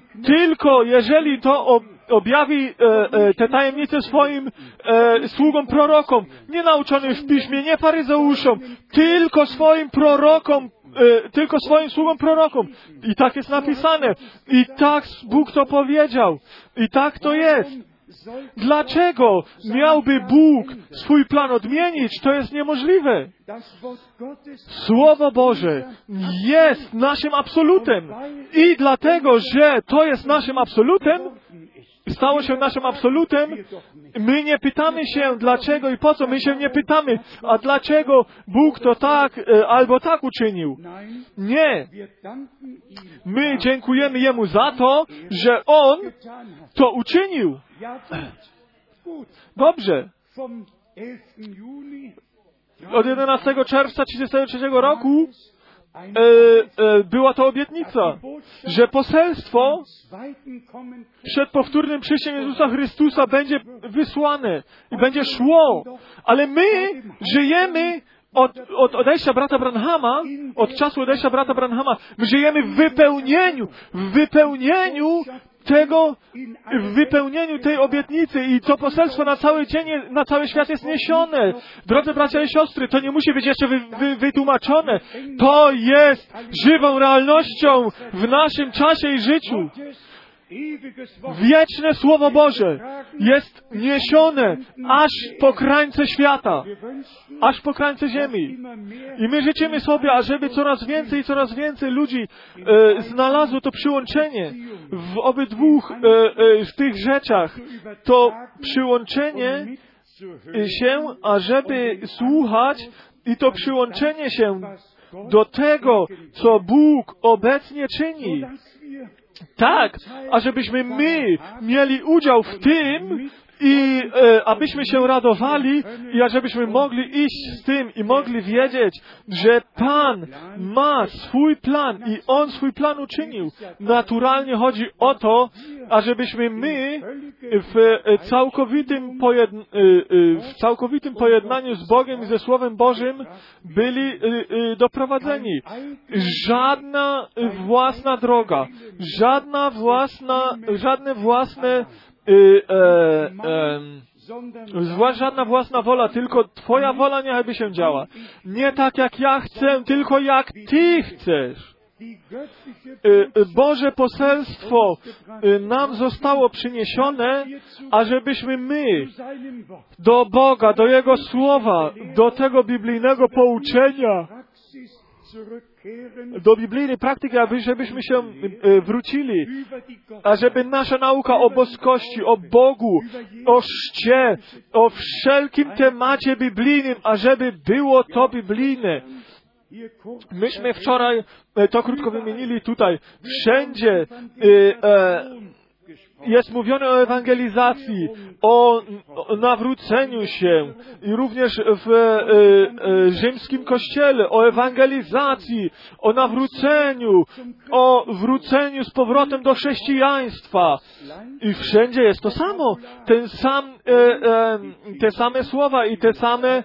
[SPEAKER 2] to objawi te tajemnice swoim sługom prorokom, nie nauczonym w piśmie, nie faryzeuszom, tylko swoim prorokom, tylko swoim sługom prorokom. I tak jest napisane. I tak Bóg to powiedział. I tak to jest. Dlaczego miałby Bóg swój plan odmienić? To jest niemożliwe. Słowo Boże jest naszym absolutem. I dlatego, że to jest naszym absolutem, stało się naszym absolutem, my nie pytamy się dlaczego i po co, my się nie pytamy, a dlaczego Bóg to tak albo tak uczynił. Nie. My dziękujemy Jemu za to, że On to uczynił. Dobrze. Od 11 czerwca 1933 roku była to obietnica, że poselstwo przed powtórnym przyjściem Jezusa Chrystusa będzie wysłane i będzie szło. Ale my żyjemy od odejścia brata Branhama, od czasu odejścia brata Branhama, my żyjemy w wypełnieniu tej obietnicy i to poselstwo na cały świat jest niesione. Drodzy bracia i siostry, to nie musi być jeszcze wytłumaczone. To jest żywą realnością w naszym czasie i życiu. Wieczne Słowo Boże jest niesione aż po krańce świata, aż po krańce ziemi. I my życzymy sobie, ażeby coraz więcej ludzi znalazło to przyłączenie w obydwu w tych rzeczach. To przyłączenie się, ażeby słuchać i to przyłączenie się do tego, co Bóg obecnie czyni. Tak, ażebyśmy my mieli udział w tym i abyśmy się radowali i ażebyśmy mogli iść z tym i mogli wiedzieć, że Pan ma swój plan i On swój plan uczynił. Naturalnie chodzi o to, ażebyśmy my w całkowitym pojednaniu z Bogiem i ze Słowem Bożym byli doprowadzeni. Żadna własna droga, żadne własne żadna własna wola, tylko Twoja wola niechby się działa. Nie tak jak ja chcę, tylko jak Ty chcesz. Boże poselstwo nam zostało przyniesione, ażebyśmy my do Boga, do Jego Słowa, do tego biblijnego pouczenia, do biblijnej praktyki, żebyśmy się wrócili, ażeby nasza nauka o boskości, o Bogu, o chrzcie, o wszelkim temacie biblijnym, ażeby było to biblijne. Myśmy wczoraj to krótko wymienili tutaj. Wszędzie jest mówione o ewangelizacji, o nawróceniu się i również w rzymskim kościele, o ewangelizacji, o nawróceniu, o wróceniu z powrotem do chrześcijaństwa. I wszędzie jest to samo. Te same słowa i te same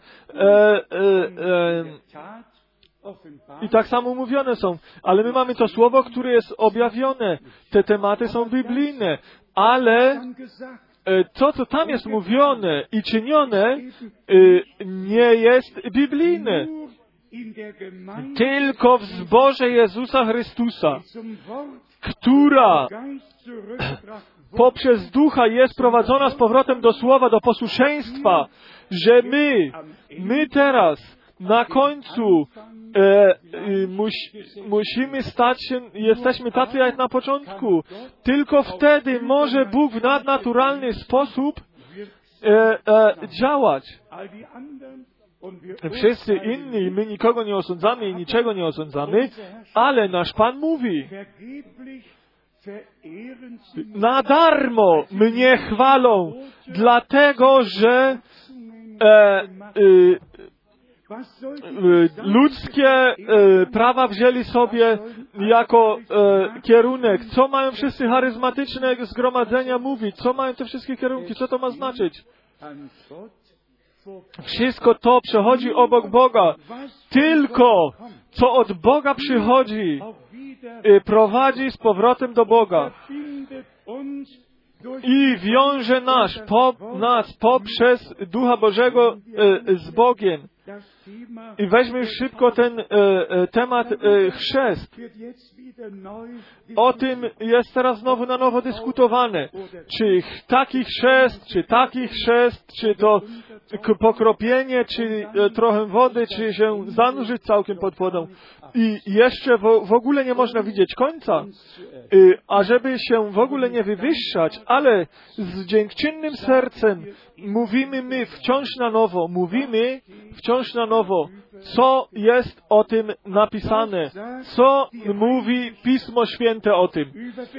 [SPEAKER 2] i tak samo mówione są. Ale my mamy to słowo, które jest objawione. Te tematy są biblijne. Ale to, co tam jest mówione i czynione, nie jest biblijne. Tylko w zborze Jezusa Chrystusa, która poprzez Ducha jest prowadzona z powrotem do Słowa, do posłuszeństwa, że my teraz na końcu musimy stać się, jesteśmy tacy jak na początku. Tylko wtedy może Bóg w nadnaturalny sposób działać. Wszyscy inni, my nikogo nie osądzamy i niczego nie osądzamy, ale nasz Pan mówi: na darmo mnie chwalą, dlatego że ludzkie prawa wzięli sobie jako kierunek. Co mają wszyscy charyzmatyczne zgromadzenia mówić? Co mają te wszystkie kierunki? Co to ma znaczyć? Wszystko to przechodzi obok Boga. Tylko co od Boga przychodzi, prowadzi z powrotem do Boga. I wiąże nas poprzez Ducha Bożego z Bogiem. I weźmy już szybko ten temat chrzest. O tym jest teraz znowu na nowo dyskutowane. Czy taki chrzest, czy to pokropienie, czy trochę wody, czy się zanurzyć całkiem pod wodą. I jeszcze w ogóle nie można widzieć końca. A żeby się w ogóle nie wywyższać, ale z dziękczynnym sercem mówimy wciąż na nowo, co jest o tym napisane, co mówi Pismo Święte o tym.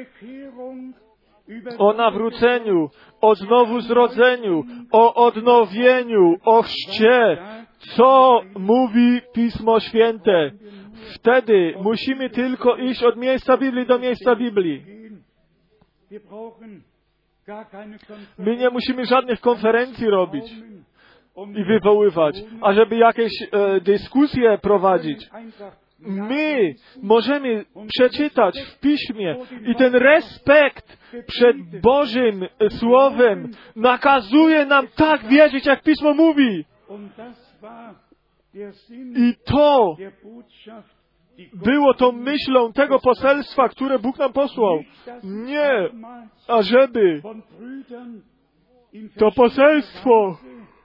[SPEAKER 2] O nawróceniu, o znowu-zrodzeniu, o odnowieniu, o chrzcie. Co mówi Pismo Święte? Wtedy musimy tylko iść od miejsca Biblii do miejsca Biblii. My nie musimy żadnych konferencji robić i wywoływać, ażeby jakieś dyskusje prowadzić. My możemy przeczytać w Piśmie i ten respekt przed Bożym Słowem nakazuje nam tak wierzyć, jak Pismo mówi. I to było tą myślą tego poselstwa, które Bóg nam posłał. Nie, ażeby to poselstwo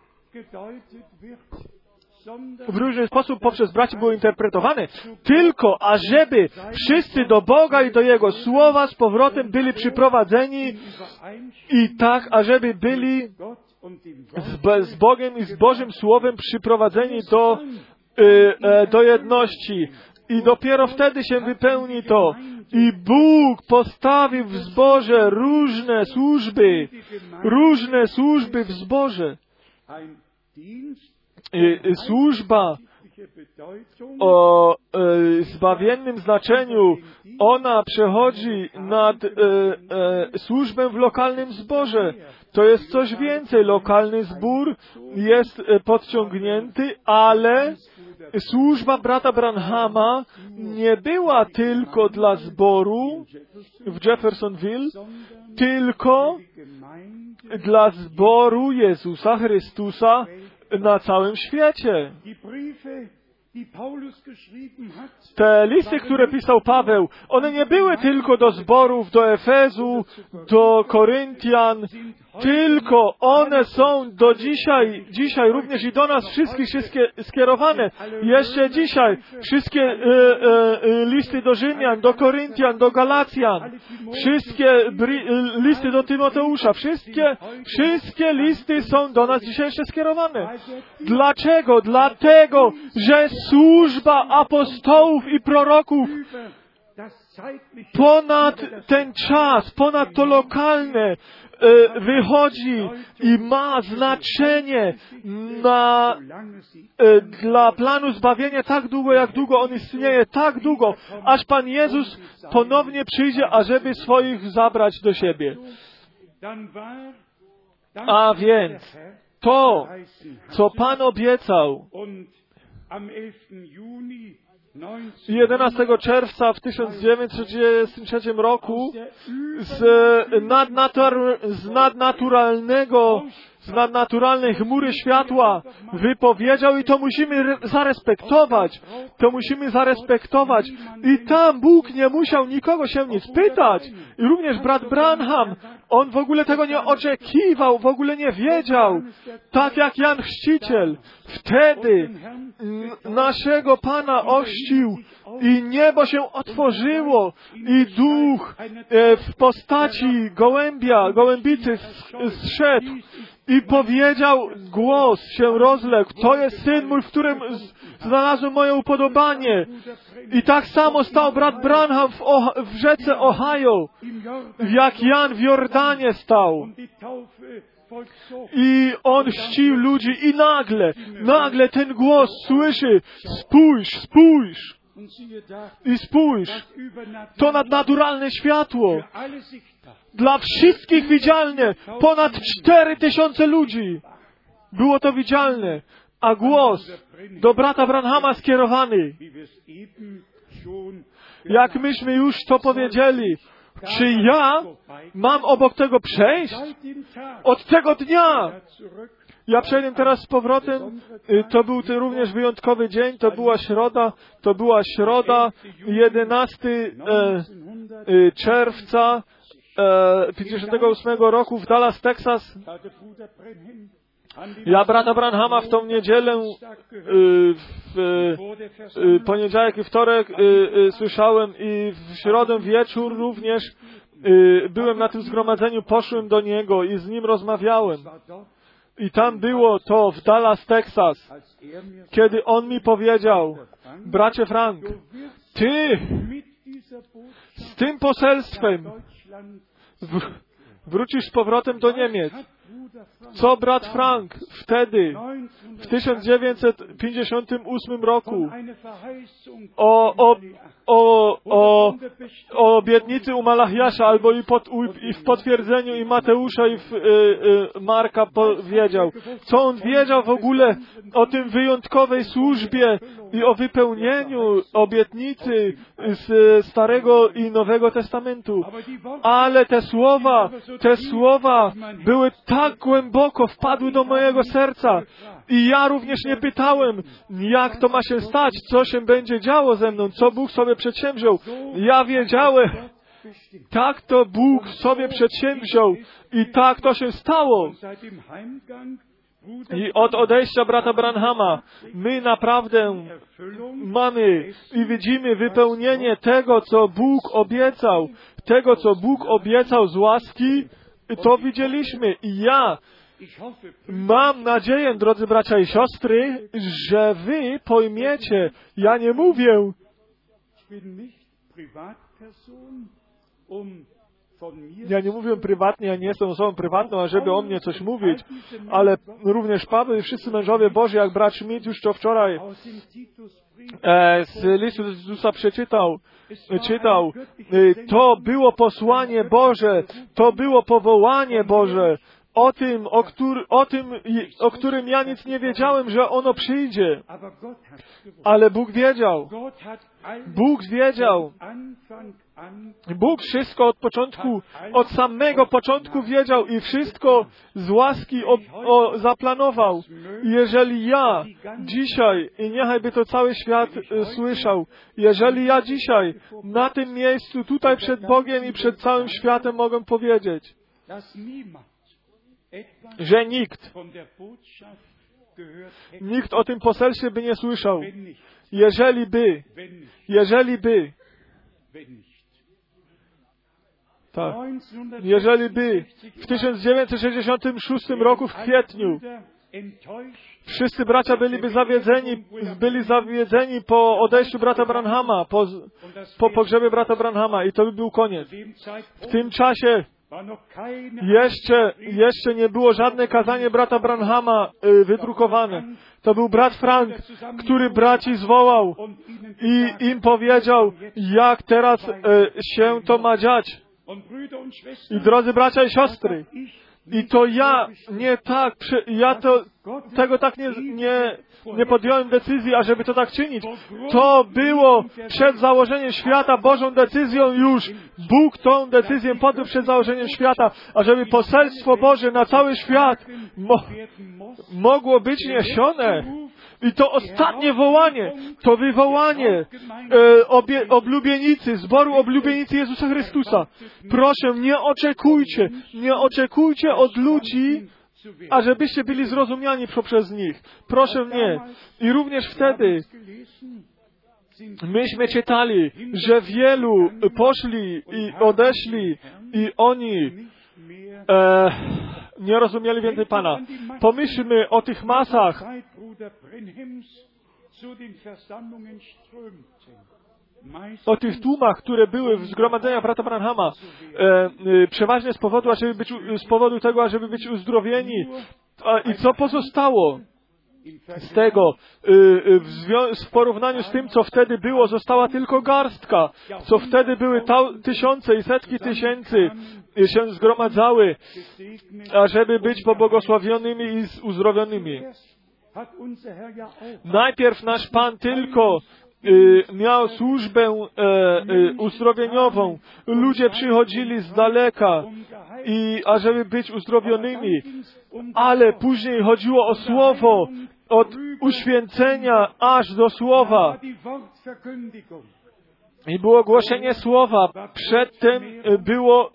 [SPEAKER 2] w różny sposób poprzez braci było interpretowane, tylko ażeby wszyscy do Boga i do Jego Słowa z powrotem byli przyprowadzeni i tak, ażeby byli z Bogiem i z Bożym Słowem przyprowadzeni do jedności. I dopiero wtedy się wypełni to. I Bóg postawił w zborze różne służby w zborze. Służba o zbawiennym znaczeniu, ona przechodzi nad służbę w lokalnym zborze. To jest coś więcej. Lokalny zbór jest podciągnięty, ale służba brata Branhama nie była tylko dla zboru w Jeffersonville, tylko dla zboru Jezusa Chrystusa na całym świecie. Te listy, które pisał Paweł, one nie były tylko do zborów, do Efezu, do Koryntian, tylko one są do dzisiaj również i do nas wszystkich skierowane. Jeszcze dzisiaj wszystkie listy do Rzymian, do Koryntian, do Galacjan, wszystkie listy do Tymoteusza, wszystkie listy są do nas dzisiaj jeszcze skierowane. Dlaczego? Dlatego, że służba apostołów i proroków ponad ten czas, ponad to lokalne wychodzi i ma znaczenie dla planu zbawienia tak długo, jak długo on istnieje, tak długo, aż Pan Jezus ponownie przyjdzie, ażeby swoich zabrać do siebie. A więc to, co Pan obiecał 11 czerwca w 1933 roku z nadnaturalnej chmury światła wypowiedział i to musimy zarespektować. I tam Bóg nie musiał nikogo się nic pytać. I również brat Branham, on w ogóle tego nie oczekiwał, w ogóle nie wiedział. Tak jak Jan Chrzciciel. Wtedy naszego Pana ochrzcił i niebo się otworzyło i duch w postaci gołębicy zszedł i powiedział, głos się rozległ, to jest Syn mój, w którym znalazłem moje upodobanie. I tak samo stał brat Branham w rzece Ohio, jak Jan w Jordanie stał. I on chrzcił ludzi i nagle ten głos słyszy, spójrz. I spójrz, to nadnaturalne światło, dla wszystkich widzialne, ponad 4000 ludzi było to widzialne, a głos do brata Branhama skierowany. Jak myśmy już to powiedzieli, czy ja mam obok tego przejść? Od tego dnia, Ja przejdę teraz z powrotem. To był również wyjątkowy dzień, to była środa, 11 czerwca 58 roku w Dallas, Texas. Ja brata Branhama w tą niedzielę, w poniedziałek i wtorek słyszałem i w środę wieczór również byłem na tym zgromadzeniu, poszłem do niego i z nim rozmawiałem. I tam było to w Dallas, Texas, kiedy on mi powiedział: bracie Frank, ty z tym poselstwem wrócisz z powrotem do Niemiec. Co brat Frank wtedy, w 1958 roku, o obietnicy u Malachiasza, albo i w potwierdzeniu i Mateusza, i w Marka powiedział. Co on wiedział w ogóle o tym wyjątkowej służbie i o wypełnieniu obietnicy z Starego i Nowego Testamentu. Ale te słowa były tak głęboko, wpadły do mojego serca. I ja również nie pytałem, jak to ma się stać, co się będzie działo ze mną, co Bóg sobie przedsięwziął. Ja wiedziałem, tak to Bóg sobie przedsięwziął i tak to się stało. I od odejścia brata Branhama my naprawdę mamy i widzimy wypełnienie tego, co Bóg obiecał. Tego, co Bóg obiecał z łaski, to widzieliśmy. I ja mam nadzieję, drodzy bracia i siostry, że wy pojmiecie. Ja nie mówię, prywatnie, ja nie jestem osobą prywatną, ażeby o mnie coś mówić, ale również Paweł i wszyscy mężowie Boży, jak brat Schmidt już to wczoraj z listu do Tytusa czytał, to było posłanie Boże, to było powołanie Boże, o którym ja nic nie wiedziałem, że ono przyjdzie. Ale Bóg wiedział. Bóg wszystko od samego początku wiedział i wszystko z łaski zaplanował. Jeżeli ja dzisiaj, i niechaj to cały świat słyszał, jeżeli ja dzisiaj na tym miejscu, tutaj przed Bogiem i przed całym światem mogę powiedzieć, że nikt o tym poselstwie by nie słyszał. Jeżeli by w 1966 roku w kwietniu wszyscy bracia byli zawiedzeni po odejściu brata Branhama, po pogrzebie brata Branhama i to by był koniec. W tym czasie jeszcze nie było żadne kazanie brata Branhama wydrukowane. To był brat Frank, który braci zwołał i im powiedział, jak teraz się to ma dziać. I drodzy bracia i siostry, i to tego tak nie podjąłem decyzji, ażeby to tak czynić. To było przed założeniem świata Bożą decyzją już. Bóg tą decyzję podjął przed założeniem świata, ażeby poselstwo Boże na cały świat mogło być niesione. I to ostatnie wołanie, to wywołanie zboru oblubienicy Jezusa Chrystusa. Proszę, nie oczekujcie od ludzi, ażebyście byli zrozumiani poprzez nich. Proszę nie. I również wtedy myśmy czytali, że wielu poszli i odeszli i oni nie rozumieli więcej Pana. Pomyślmy o tych masach, o tych tłumach, które były w zgromadzeniach brata Branhama, przeważnie z powodu tego, ażeby być uzdrowieni. I co pozostało z tego? W porównaniu z tym, co wtedy było, została tylko garstka. Co wtedy były tysiące i setki tysięcy się zgromadzały, ażeby być pobłogosławionymi i uzdrowionymi. Najpierw nasz Pan tylko miał służbę uzdrowieniową. Ludzie przychodzili z daleka, ażeby być uzdrowionymi, ale później chodziło o słowo, od uświęcenia aż do słowa. I było głoszenie słowa. Przedtem było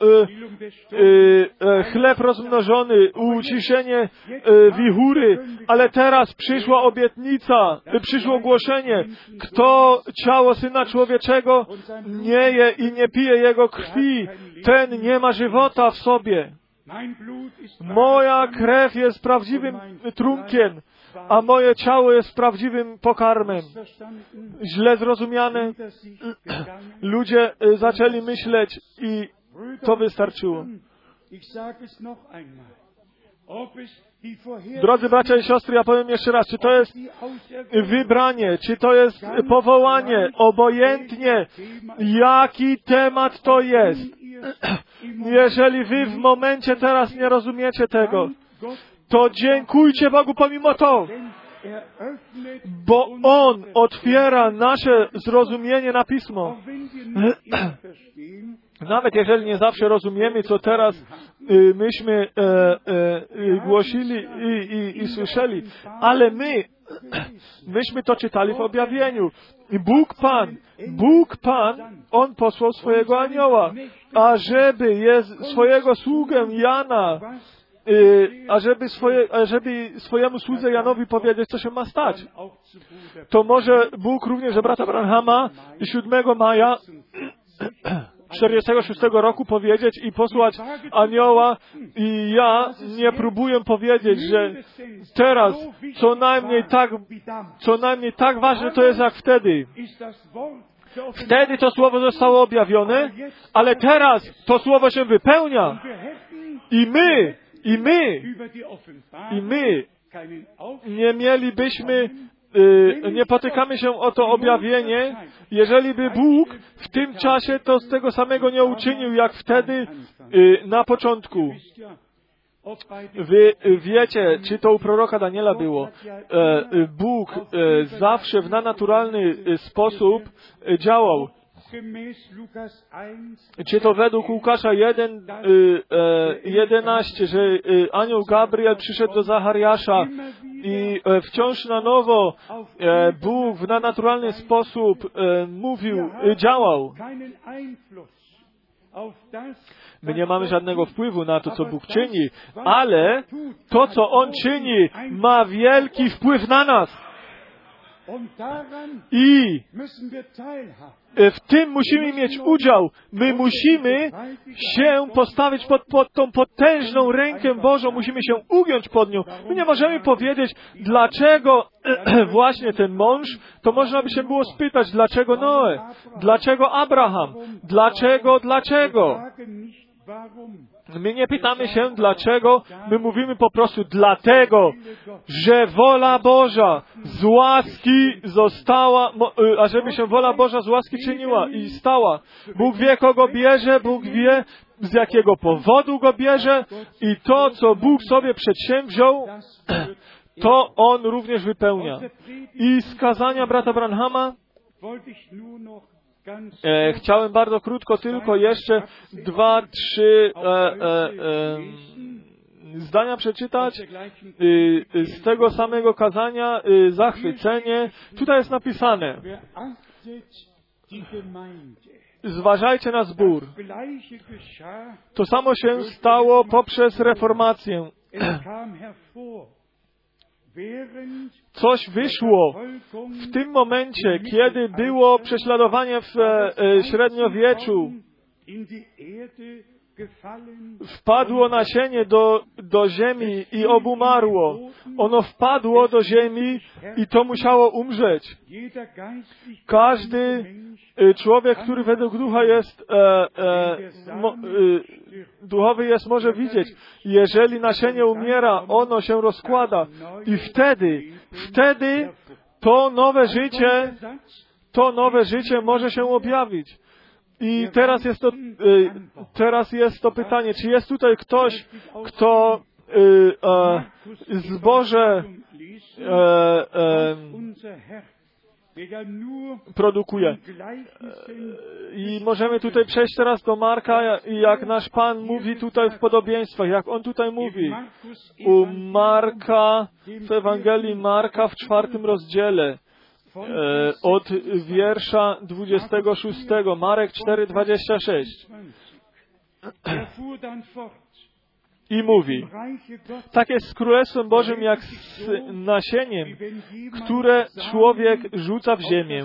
[SPEAKER 2] chleb rozmnożony, uciszenie wichury, ale teraz przyszła obietnica, przyszło głoszenie. Kto ciało Syna Człowieczego nie je i nie pije Jego krwi, ten nie ma żywota w sobie. Moja krew jest prawdziwym trunkiem, a moje ciało jest prawdziwym pokarmem. Źle zrozumiane. Ludzie zaczęli myśleć i to wystarczyło. Drodzy bracia i siostry, ja powiem jeszcze raz, czy to jest wybranie, czy to jest powołanie, obojętnie jaki temat to jest. Jeżeli wy w momencie teraz nie rozumiecie tego, to dziękujcie Bogu pomimo to, bo On otwiera nasze zrozumienie na Pismo. Nawet jeżeli nie zawsze rozumiemy, co teraz myśmy głosili i słyszeli, ale myśmy to czytali w objawieniu. I Bóg Pan, On posłał swojego anioła, ażeby swojego sługę Jana, ażeby swojemu słudze Janowi powiedzieć, co się ma stać. To może Bóg również brata Branhama 7 maja 46 roku powiedzieć i posłać anioła, i ja nie próbuję powiedzieć, że teraz co najmniej tak ważne to jest jak wtedy. Wtedy to słowo zostało objawione, ale teraz to słowo się wypełnia i my nie mielibyśmy, nie potykamy się o to objawienie, jeżeli by Bóg w tym czasie to z tego samego nie uczynił, jak wtedy na początku. Wy wiecie, czy to u proroka Daniela było. Bóg zawsze w nadnaturalny sposób działał. Czy to według Łukasza 1:11, że anioł Gabriel przyszedł do Zachariasza i wciąż na nowo Bóg w nadnaturalny sposób mówił, działał. My nie mamy żadnego wpływu na to, co Bóg czyni, ale to, co On czyni, ma wielki wpływ na nas. I w tym musimy mieć udział. My musimy się postawić pod tą potężną rękę Bożą. Musimy się ugiąć pod nią. My nie możemy powiedzieć, dlaczego właśnie ten mąż. To można by się było spytać, dlaczego Noe? Dlaczego Abraham? Dlaczego? My nie pytamy się dlaczego, my mówimy po prostu dlatego, że wola Boża z łaski została, ażeby się wola Boża z łaski czyniła i stała. Bóg wie, kogo bierze, Bóg wie, z jakiego powodu go bierze i to, co Bóg sobie przedsięwziął, to On również wypełnia. I z kazania brata Branhama chciałem bardzo krótko tylko jeszcze 2-3 zdania przeczytać z tego samego kazania, zachwycenie. Tutaj jest napisane: zważajcie na zbór. To samo się stało poprzez reformację. Coś wyszło w tym momencie, kiedy było prześladowanie w średniowieczu. Wpadło nasienie do ziemi i obumarło. Ono wpadło do ziemi i to musiało umrzeć. Każdy człowiek, który według ducha jest duchowy jest, może widzieć. Jeżeli nasienie umiera, ono się rozkłada i wtedy to nowe życie może się objawić. I teraz jest to pytanie, czy jest tutaj ktoś, kto zboże produkuje. I możemy tutaj przejść teraz do Marka, jak nasz Pan mówi tutaj w podobieństwach, jak On tutaj mówi. U Marka, w Ewangelii Marka w 4 rozdziale, od wiersza 26, Marek 4:26. I mówi, tak jest z Królestwem Bożym jak z nasieniem, które człowiek rzuca w ziemię.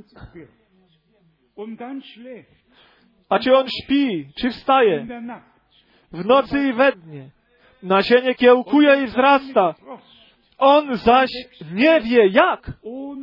[SPEAKER 2] A czy on śpi, czy wstaje? W nocy i we dnie. Nasienie kiełkuje i wzrasta. On zaś nie wie jak.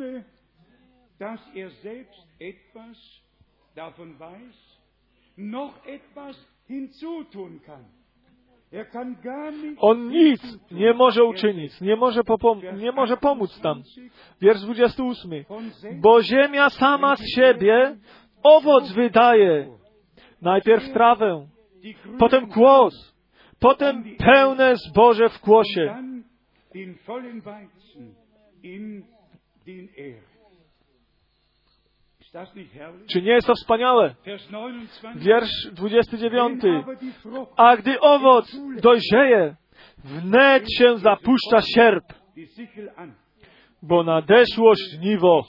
[SPEAKER 2] On nic nie może uczynić, nie może pomóc tam. Wiersz 28. Bo ziemia sama z siebie owoc wydaje. Najpierw trawę, potem kłos, potem pełne zboże w kłosie. Czy nie jest to wspaniałe? Wiersz 29. A gdy owoc dojrzeje, wnet się zapuszcza sierp, bo nadeszło żniwo.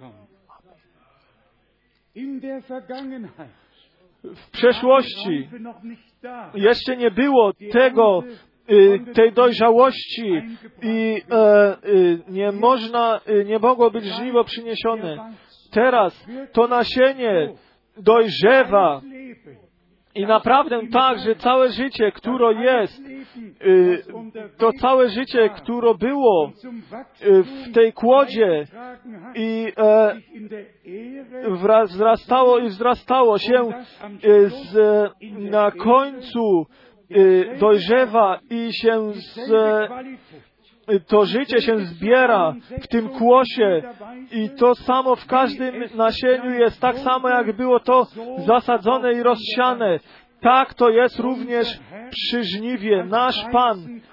[SPEAKER 2] W przeszłości jeszcze nie było tej dojrzałości i nie mogło być żniwo przyniesione. Teraz to nasienie dojrzewa i naprawdę tak, że całe życie, które jest, to całe życie, które było w tej kłodzie i wzrastało się na końcu dojrzewa i się to życie się zbiera w tym kłosie i to samo w każdym nasieniu jest tak samo, jak było to zasadzone i rozsiane. Tak to jest również przy żniwie. Nasz Pan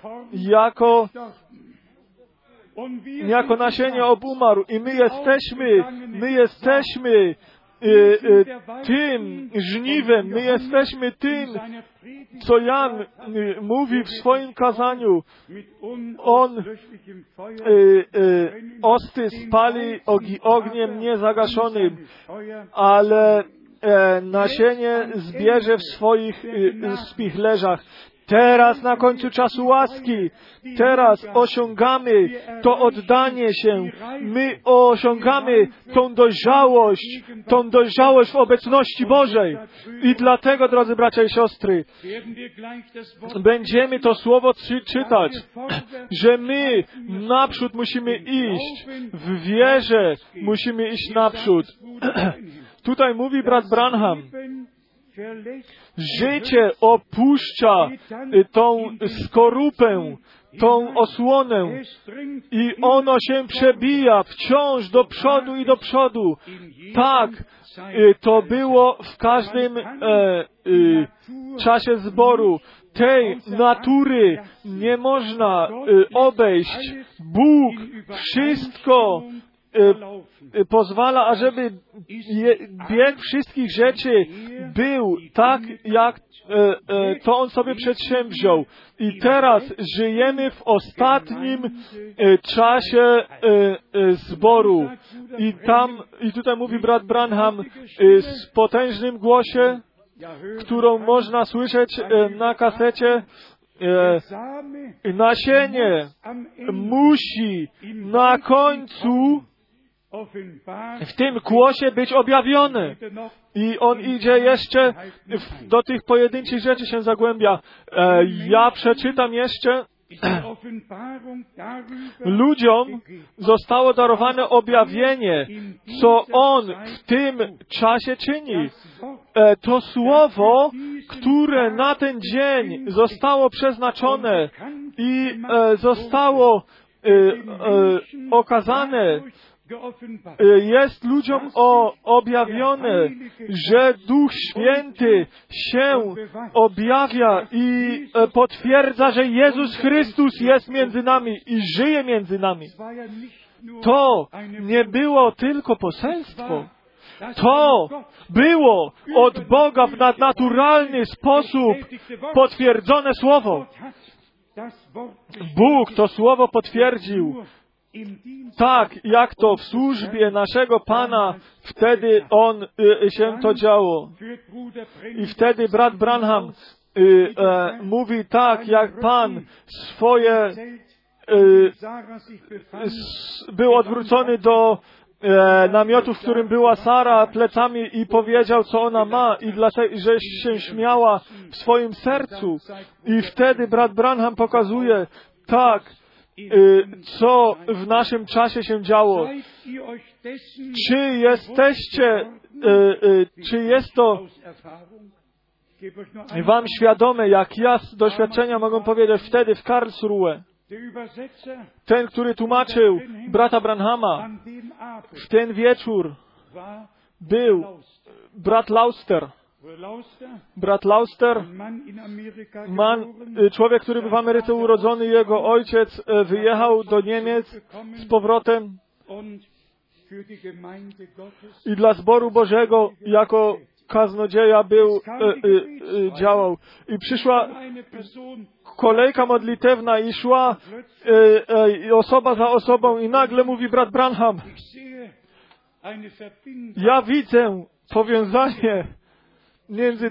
[SPEAKER 2] jako nasienie obumarł i my jesteśmy tym żniwem, my jesteśmy tym, co Jan mówi w swoim kazaniu. On osty spali ogniem niezagaszonym, ale nasienie zbierze w swoich spichlerzach. Teraz na końcu czasu łaski, teraz osiągamy to oddanie się, my osiągamy tą dojrzałość w obecności Bożej. I dlatego, drodzy bracia i siostry, będziemy to słowo czytać, że my naprzód musimy iść, w wierze musimy iść naprzód. Tutaj mówi brat Branham, życie opuszcza tą skorupę, tą osłonę i ono się przebija wciąż do przodu i do przodu. Tak, to było w każdym czasie zboru. Tej natury nie można obejść. Bóg wszystko pozwala, ażeby bieg wszystkich rzeczy był tak, jak to On sobie przedsięwziął. I teraz żyjemy w ostatnim czasie zboru. I tutaj mówi brat Branham z potężnym głosie, którą można słyszeć na kasecie, nasienie musi na końcu w tym kłosie być objawione. I on idzie jeszcze do tych pojedynczych rzeczy się zagłębia. Ja przeczytam jeszcze. Ludziom zostało darowane objawienie, co On w tym czasie czyni. To słowo, które na ten dzień zostało przeznaczone i zostało okazane, jest ludziom objawione, że Duch Święty się objawia i potwierdza, że Jezus Chrystus jest między nami i żyje między nami. to nie było tylko poselstwo. To było od Boga w nadnaturalny sposób potwierdzone Słowo. Bóg to Słowo potwierdził. Tak, jak to w służbie naszego Pana, wtedy się to działo. I wtedy brat Branham mówi tak, jak Pan swoje był odwrócony do namiotu, w którym była Sara plecami i powiedział, co ona ma i dlatego, że się śmiała w swoim sercu. I wtedy brat Branham pokazuje, tak, co w naszym czasie się działo. Czy jesteście, czy jest to wam świadome, jak ja z doświadczenia mogę powiedzieć, wtedy w Karlsruhe, ten, który tłumaczył brata Branhama, w ten wieczór był brat Lauster. Brat Lauster, człowiek, który był w Ameryce urodzony, jego ojciec wyjechał do Niemiec z powrotem i dla zboru Bożego jako kaznodzieja działał. I przyszła kolejka modlitewna i szła osoba za osobą i nagle mówi brat Branham, ja widzę powiązanie między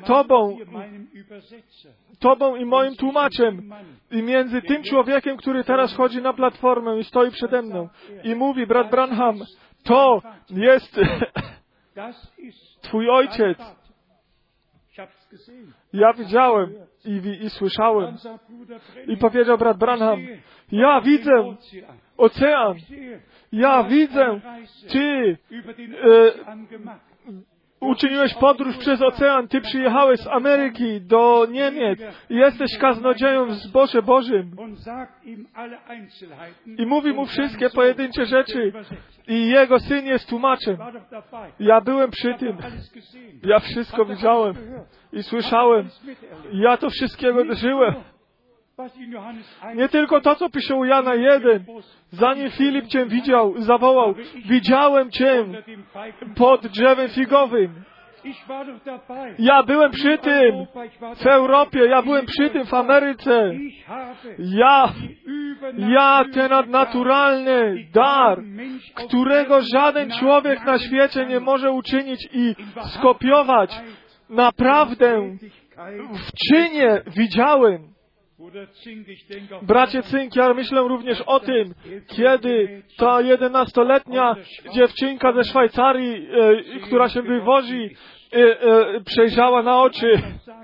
[SPEAKER 2] Tobą i moim tłumaczem i między tym człowiekiem, który teraz chodzi na platformę i stoi przede mną. I mówi brat Branham, to jest Twój ojciec. Ja widziałem i słyszałem. I powiedział brat Branham, ja widzę ocean. Ja widzę, Ty uczyniłeś podróż przez ocean. Ty przyjechałeś z Ameryki do Niemiec i jesteś kaznodzieją w zborze Bożym. I mówi mu wszystkie pojedyncze rzeczy. I jego syn jest tłumaczem. Ja byłem przy tym. Ja wszystko widziałem i słyszałem. Ja to wszystkiego dożyłem. Nie tylko to, co pisze u Jana 1. Zanim Filip Cię widział, zawołał, widziałem Cię pod drzewem figowym. Ja byłem przy tym w Europie, ja byłem przy tym w Ameryce. Ja ten nadnaturalny dar, którego żaden człowiek na świecie nie może uczynić i skopiować, naprawdę w czynie widziałem. Bracie Cynk, ja myślę również o tym, kiedy ta 11-letnia dziewczynka ze Szwajcarii, która się wywozi, przejrzała na oczy.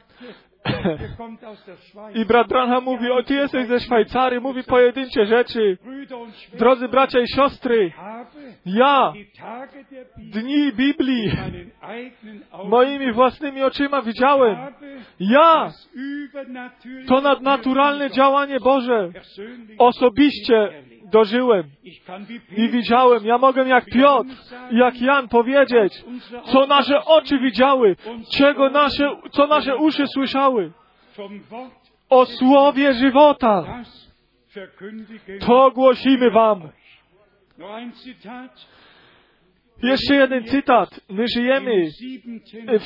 [SPEAKER 2] I brat Branham mówi, o, Ty jesteś ze Szwajcarii, mówi pojedyncze rzeczy. Drodzy bracia i siostry, ja dni Biblii moimi własnymi oczyma widziałem. Ja to nadnaturalne działanie Boże osobiście dożyłem i widziałem. Ja mogę jak Piotr, jak Jan powiedzieć, co nasze oczy widziały, co nasze uszy słyszały. O Słowie żywota. To głosimy wam. Jeszcze jeden cytat. My żyjemy w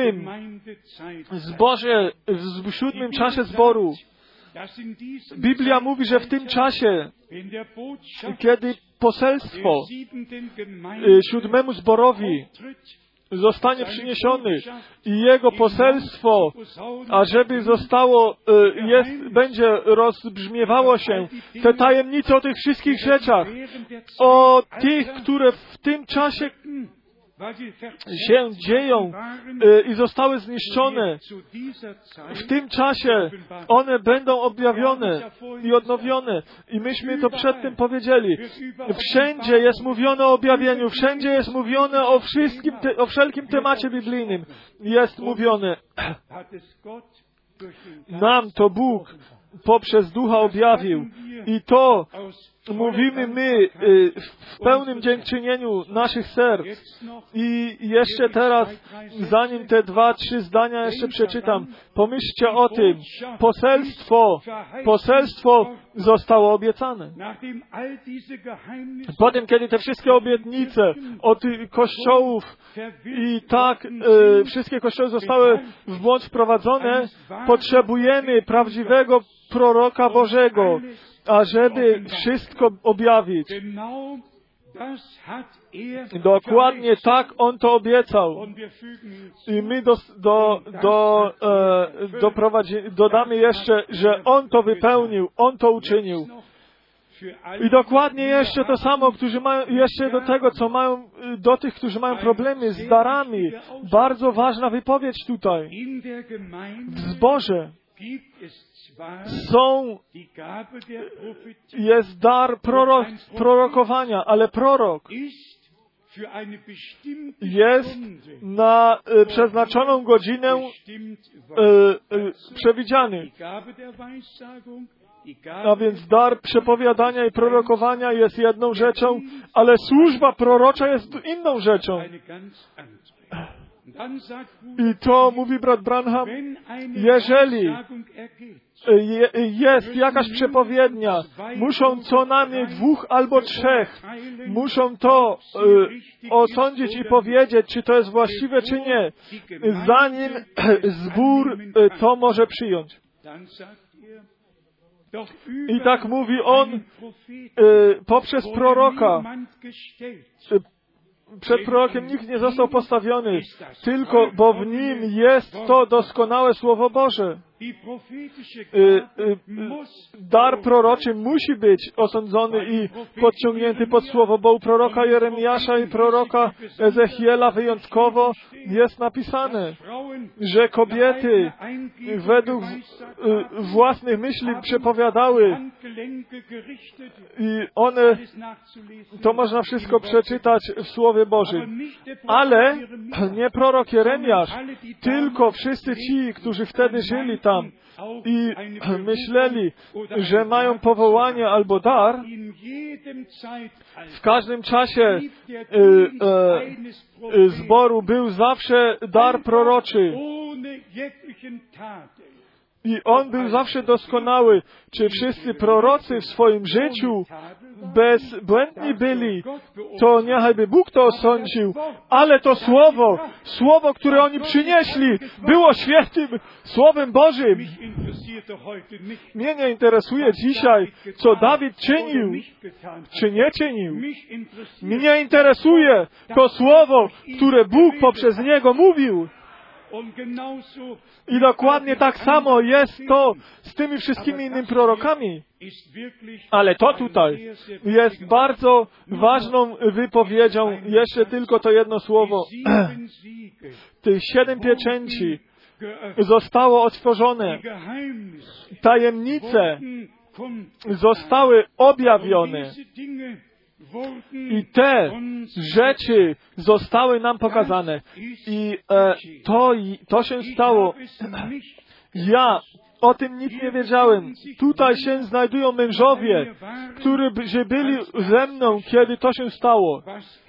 [SPEAKER 2] siódmym czasie zboru. Biblia mówi, że w tym czasie, kiedy poselstwo siódmemu zborowi zostanie przyniesiony i jego poselstwo, ażeby będzie rozbrzmiewało się te tajemnice o tych wszystkich rzeczach, o tych, które w tym czasie się dzieją i zostały zniszczone. W tym czasie one będą objawione i odnowione. I myśmy to przedtem powiedzieli. Wszędzie jest mówione o objawieniu, wszędzie jest mówione o wszelkim temacie biblijnym. Jest mówione. Nam to Bóg poprzez Ducha objawił. I to mówimy my w pełnym dziękczynieniu naszych serc. I jeszcze teraz, zanim te 2-3 zdania jeszcze przeczytam, pomyślcie o tym. Poselstwo zostało obiecane. Potem, kiedy te wszystkie obietnice od kościołów i tak wszystkie kościoły zostały w błąd wprowadzone, potrzebujemy prawdziwego proroka Bożego, ażeby wszystko objawić. Dokładnie tak On to obiecał. I my dodamy jeszcze, że On to wypełnił, On to uczynił. I dokładnie jeszcze to samo, którzy mają, jeszcze do tego, co mają, do tych, którzy mają problemy z darami. Bardzo ważna wypowiedź tutaj. W zborze jest dar prorokowania, ale prorok jest na przeznaczoną godzinę przewidziany. A więc dar przepowiadania i prorokowania jest jedną rzeczą, ale służba prorocza jest inną rzeczą. I to mówi brat Branham, jeżeli jest jakaś przepowiednia, muszą co najmniej 2 albo 3, muszą to osądzić i powiedzieć, czy to jest właściwe, czy nie, zanim zbór to może przyjąć. I tak mówi on poprzez proroka. Przed prorokiem nikt nie został postawiony, tylko bo w nim jest to doskonałe Słowo Boże. Dar proroczy musi być osądzony i podciągnięty pod Słowo, bo u proroka Jeremiasza i proroka Ezechiela wyjątkowo jest napisane, że kobiety według własnych myśli przepowiadały i one, to można wszystko przeczytać w Słowie Bożym. Ale nie prorok Jeremiasz, tylko wszyscy ci, którzy wtedy żyli tam i myśleli, że mają powołanie albo dar, w każdym czasie zboru był zawsze dar proroczy. I on był zawsze doskonały. Czy wszyscy prorocy w swoim życiu bezbłędni byli, to niechajby Bóg to osądził, ale to Słowo, które oni przynieśli, było świętym Słowem Bożym. Mnie nie interesuje dzisiaj, co Dawid czynił, czy nie czynił. Mnie interesuje to Słowo, które Bóg poprzez niego mówił. I dokładnie tak samo jest to z tymi wszystkimi innymi prorokami. Ale to tutaj jest bardzo ważną wypowiedzią. Jeszcze tylko to jedno słowo. Tych 7 pieczęci zostało otworzone. Tajemnice zostały objawione. I te rzeczy zostały nam pokazane. I to się stało. Ja o tym nic nie wiedziałem. Tutaj się znajdują mężowie, którzy byli ze mną, kiedy to się stało.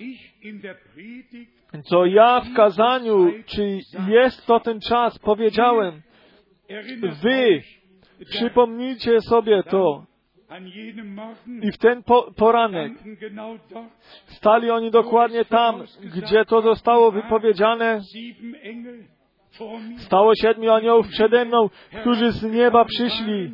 [SPEAKER 2] Co ja w kazaniu, czy jest to ten czas, powiedziałem. Wy przypomnijcie sobie to. I w ten poranek stali oni dokładnie tam, gdzie to zostało wypowiedziane. Stało 7 aniołów przede mną, którzy z nieba przyszli.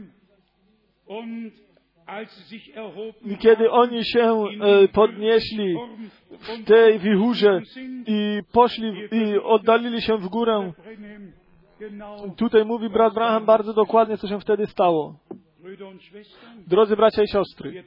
[SPEAKER 2] I kiedy oni się podnieśli w tej wichurze i poszli i oddalili się w górę, tutaj mówi brat Branham bardzo dokładnie, co się wtedy stało. Drodzy bracia i siostry,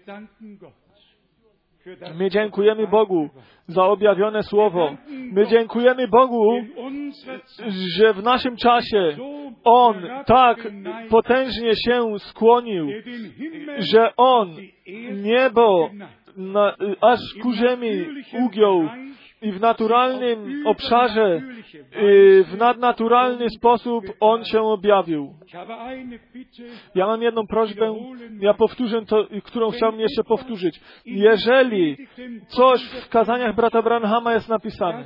[SPEAKER 2] my dziękujemy Bogu za objawione Słowo. My dziękujemy Bogu, że w naszym czasie On tak potężnie się skłonił, że On niebo aż ku ziemi ugiął i w naturalnym obszarze, w nadnaturalny sposób On się objawił. Ja mam jedną prośbę, ja powtórzę to, którą chciałbym jeszcze powtórzyć. Jeżeli coś w kazaniach brata Branhama jest napisane,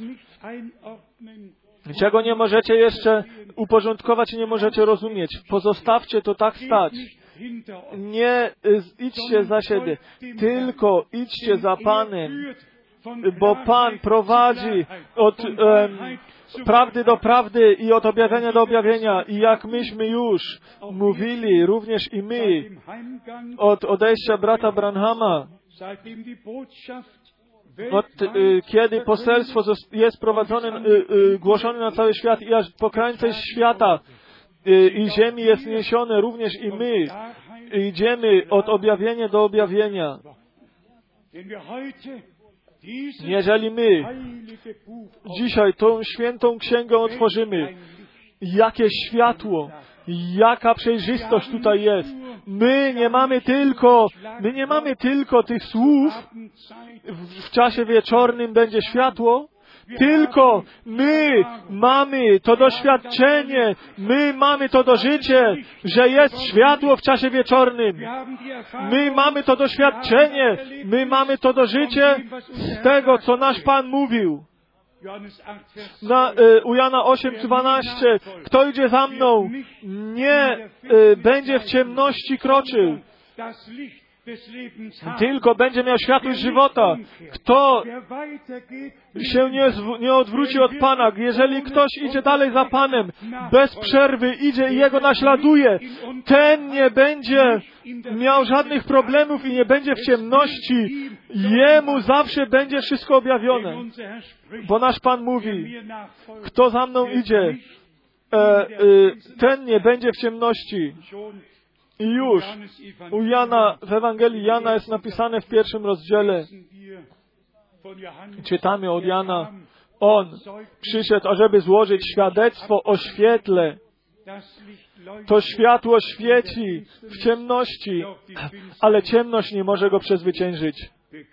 [SPEAKER 2] czego nie możecie jeszcze uporządkować i nie możecie rozumieć, pozostawcie to tak stać. Nie idźcie za siebie, tylko idźcie za Panem, bo Pan prowadzi od prawdy do prawdy i od objawienia do objawienia. I jak myśmy już mówili, również i my, od odejścia brata Branhama, kiedy poselstwo jest prowadzone, głoszone na cały świat i aż po krańce świata i ziemi jest niesione, również i my idziemy od objawienia do objawienia. Jeżeli my dzisiaj tą świętą księgę otworzymy, jakie światło, jaka przejrzystość tutaj jest. My nie mamy tylko tych słów, w czasie wieczornym będzie światło, tylko my mamy to doświadczenie, my mamy to dożycie, że jest światło w czasie wieczornym. My mamy to doświadczenie, my mamy to dożycie z tego, co nasz Pan mówił. U Jana 8:12, kto idzie za mną, nie będzie w ciemności kroczył, tylko będzie miał światłość żywota. Kto się nie odwróci od Pana, jeżeli ktoś idzie dalej za Panem, bez przerwy idzie i Jego naśladuje, ten nie będzie miał żadnych problemów i nie będzie w ciemności. Jemu zawsze będzie wszystko objawione. Bo nasz Pan mówi, kto za mną idzie, ten nie będzie w ciemności. I już u Jana, w Ewangelii Jana jest napisane w 1 rozdziale, czytamy od Jana, On przyszedł, ażeby złożyć świadectwo o świetle. To światło świeci w ciemności, ale ciemność nie może go przezwyciężyć.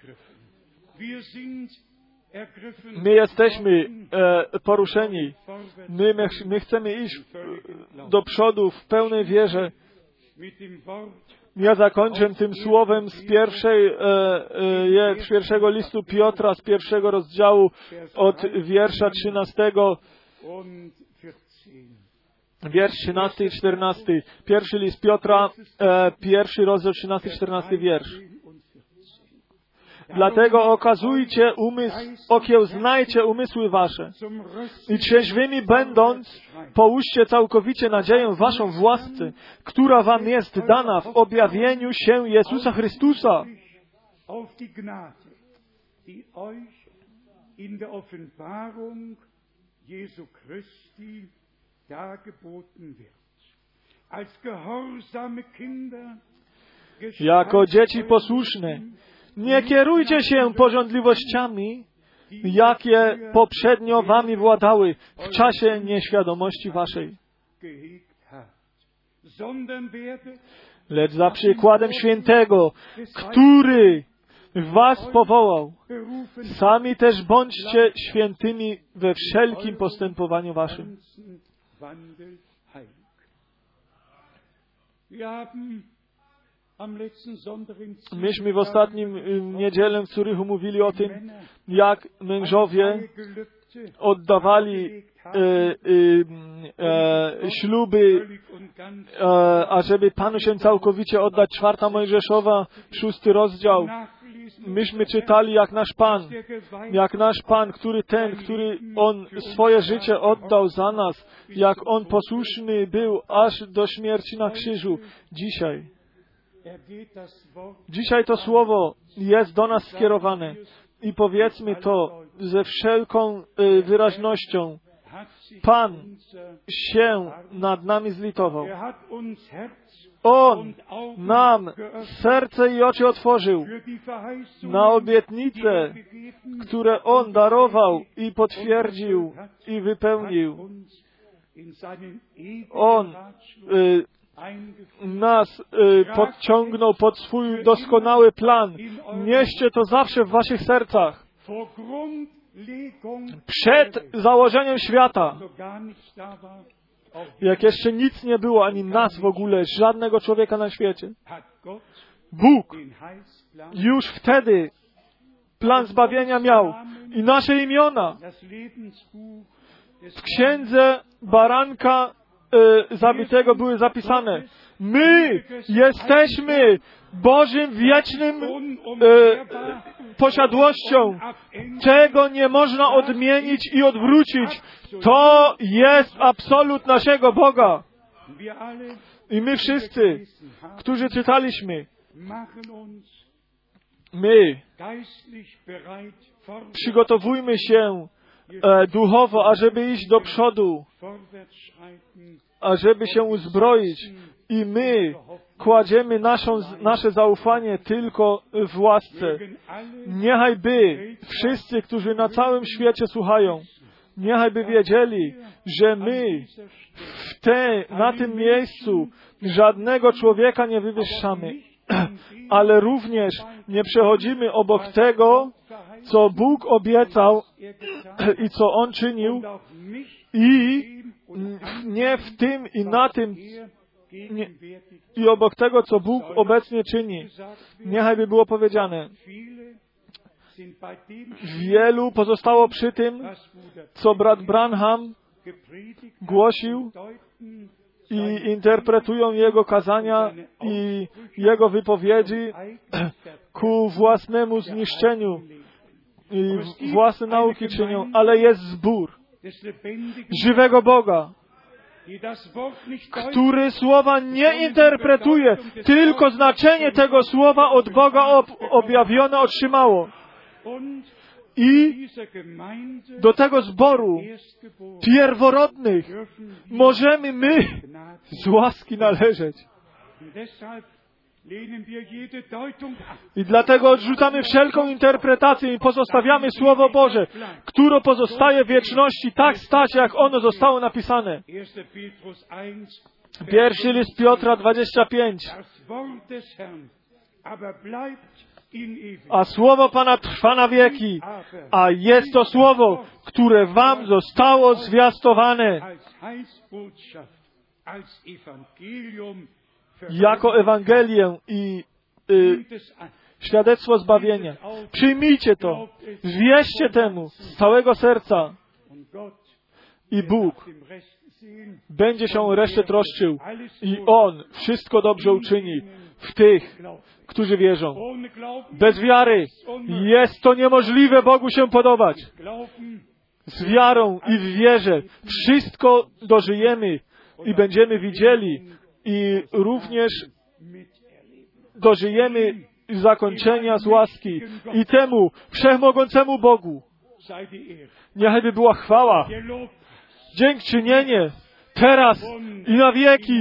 [SPEAKER 2] My jesteśmy poruszeni. My chcemy iść do przodu w pełnej wierze. Ja zakończę tym słowem z pierwszego listu Piotra, z 1 rozdziału, od wiersza 13, wiersz 13 i 14. Pierwszy list Piotra, 1 rozdział, 13 i 14 wiersz. Dlatego okazujcie okiełznajcie umysły wasze i trzeźwymi będąc, połóżcie całkowicie nadzieję waszą w łasce, która wam jest dana w objawieniu się Jezusa Chrystusa. Jako dzieci posłuszne, nie kierujcie się pożądliwościami, jakie poprzednio wami władały w czasie nieświadomości waszej. Lecz za przykładem Świętego, który was powołał, sami też bądźcie świętymi we wszelkim postępowaniu waszym. Myśmy w ostatnim niedzielę w Zurychu mówili o tym, jak mężowie oddawali śluby, ażeby Panu się całkowicie oddać. 4 Mojżeszowa, 6 rozdział. Myśmy czytali, jak nasz Pan, który On swoje życie oddał za nas, jak On posłuszny był aż do śmierci na krzyżu. Dzisiaj to słowo jest do nas skierowane i powiedzmy to ze wszelką wyraźnością. Pan się nad nami zlitował. On nam serce i oczy otworzył na obietnice, które On darował i potwierdził i wypełnił. On nas podciągnął pod swój doskonały plan. Mieście to zawsze w waszych sercach. Przed założeniem świata, jak jeszcze nic nie było, ani nas w ogóle, żadnego człowieka na świecie, Bóg już wtedy plan zbawienia miał i nasze imiona w księdze baranka zabitego były zapisane. My jesteśmy Bożym wiecznym posiadłością. Czego nie można odmienić i odwrócić. To jest absolut naszego Boga. I my wszyscy, którzy czytaliśmy, my przygotowujmy się duchowo, ażeby iść do przodu, ażeby się uzbroić. I my kładziemy nasze zaufanie tylko w łasce. Niechaj by wszyscy, którzy na całym świecie słuchają, niechaj by wiedzieli, że my na tym miejscu żadnego człowieka nie wywyższamy, ale również nie przechodzimy obok tego, co Bóg obiecał i co On czynił, i nie w tym i na tym i obok tego, co Bóg obecnie czyni. Niechaj by było powiedziane, wielu pozostało przy tym, co brat Branham głosił, i interpretują jego kazania i jego wypowiedzi ku własnemu zniszczeniu i własne nauki czynią, ale jest zbór żywego Boga, który słowa nie interpretuje, tylko znaczenie tego słowa od Boga objawione otrzymało. I do tego zboru pierworodnych możemy my z łaski należeć. I dlatego odrzucamy wszelką interpretację i pozostawiamy Słowo Boże, które pozostaje w wieczności tak stać, jak ono zostało napisane. Pierwszy list Piotra 25. A Słowo Pana trwa na wieki, a jest to Słowo, które wam zostało zwiastowane jako Ewangelię i świadectwo zbawienia. Przyjmijcie to, wierzcie temu z całego serca i Bóg będzie się o resztę troszczył i On wszystko dobrze uczyni w tych, którzy wierzą. Bez wiary jest to niemożliwe Bogu się podobać. Z wiarą i w wierze wszystko dożyjemy i będziemy widzieli i również dożyjemy zakończenia z łaski i temu wszechmogącemu Bogu. Niechaj by była chwała, dziękczynienie teraz i na wieki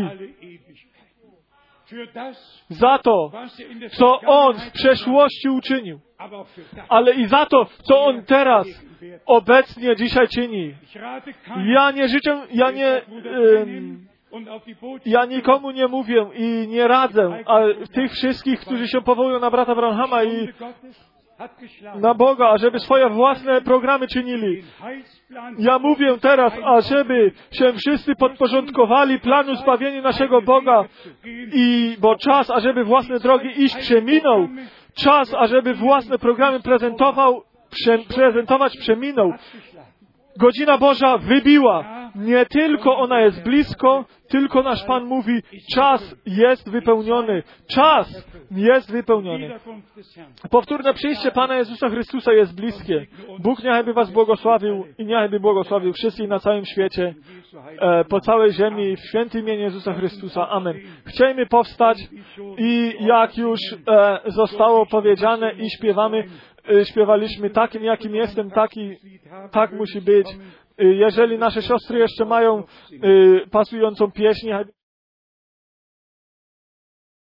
[SPEAKER 2] za to, co On w przeszłości uczynił, ale i za to, co On teraz obecnie dzisiaj czyni. Ja nikomu nie mówię i nie radzę, ale tych wszystkich, którzy się powołują na brata Branhama i na Boga, ażeby swoje własne programy czynili. Ja mówię teraz, ażeby się wszyscy podporządkowali planu zbawienia naszego Boga, bo czas, ażeby własne drogi iść przeminął, czas, ażeby własne programy prezentować przeminął. Godzina Boża wybiła. Nie tylko ona jest blisko, tylko nasz Pan mówi, czas jest wypełniony. Czas jest wypełniony. Powtórne przyjście Pana Jezusa Chrystusa jest bliskie. Bóg niechaj by was błogosławił i niechaj by błogosławił wszystkich na całym świecie, po całej ziemi, w świętym imieniu Jezusa Chrystusa. Amen. Chcielibyśmy powstać i jak już zostało powiedziane i śpiewaliśmy takim, jakim jestem, tak musi być. Jeżeli nasze siostry jeszcze mają pasującą pieśń,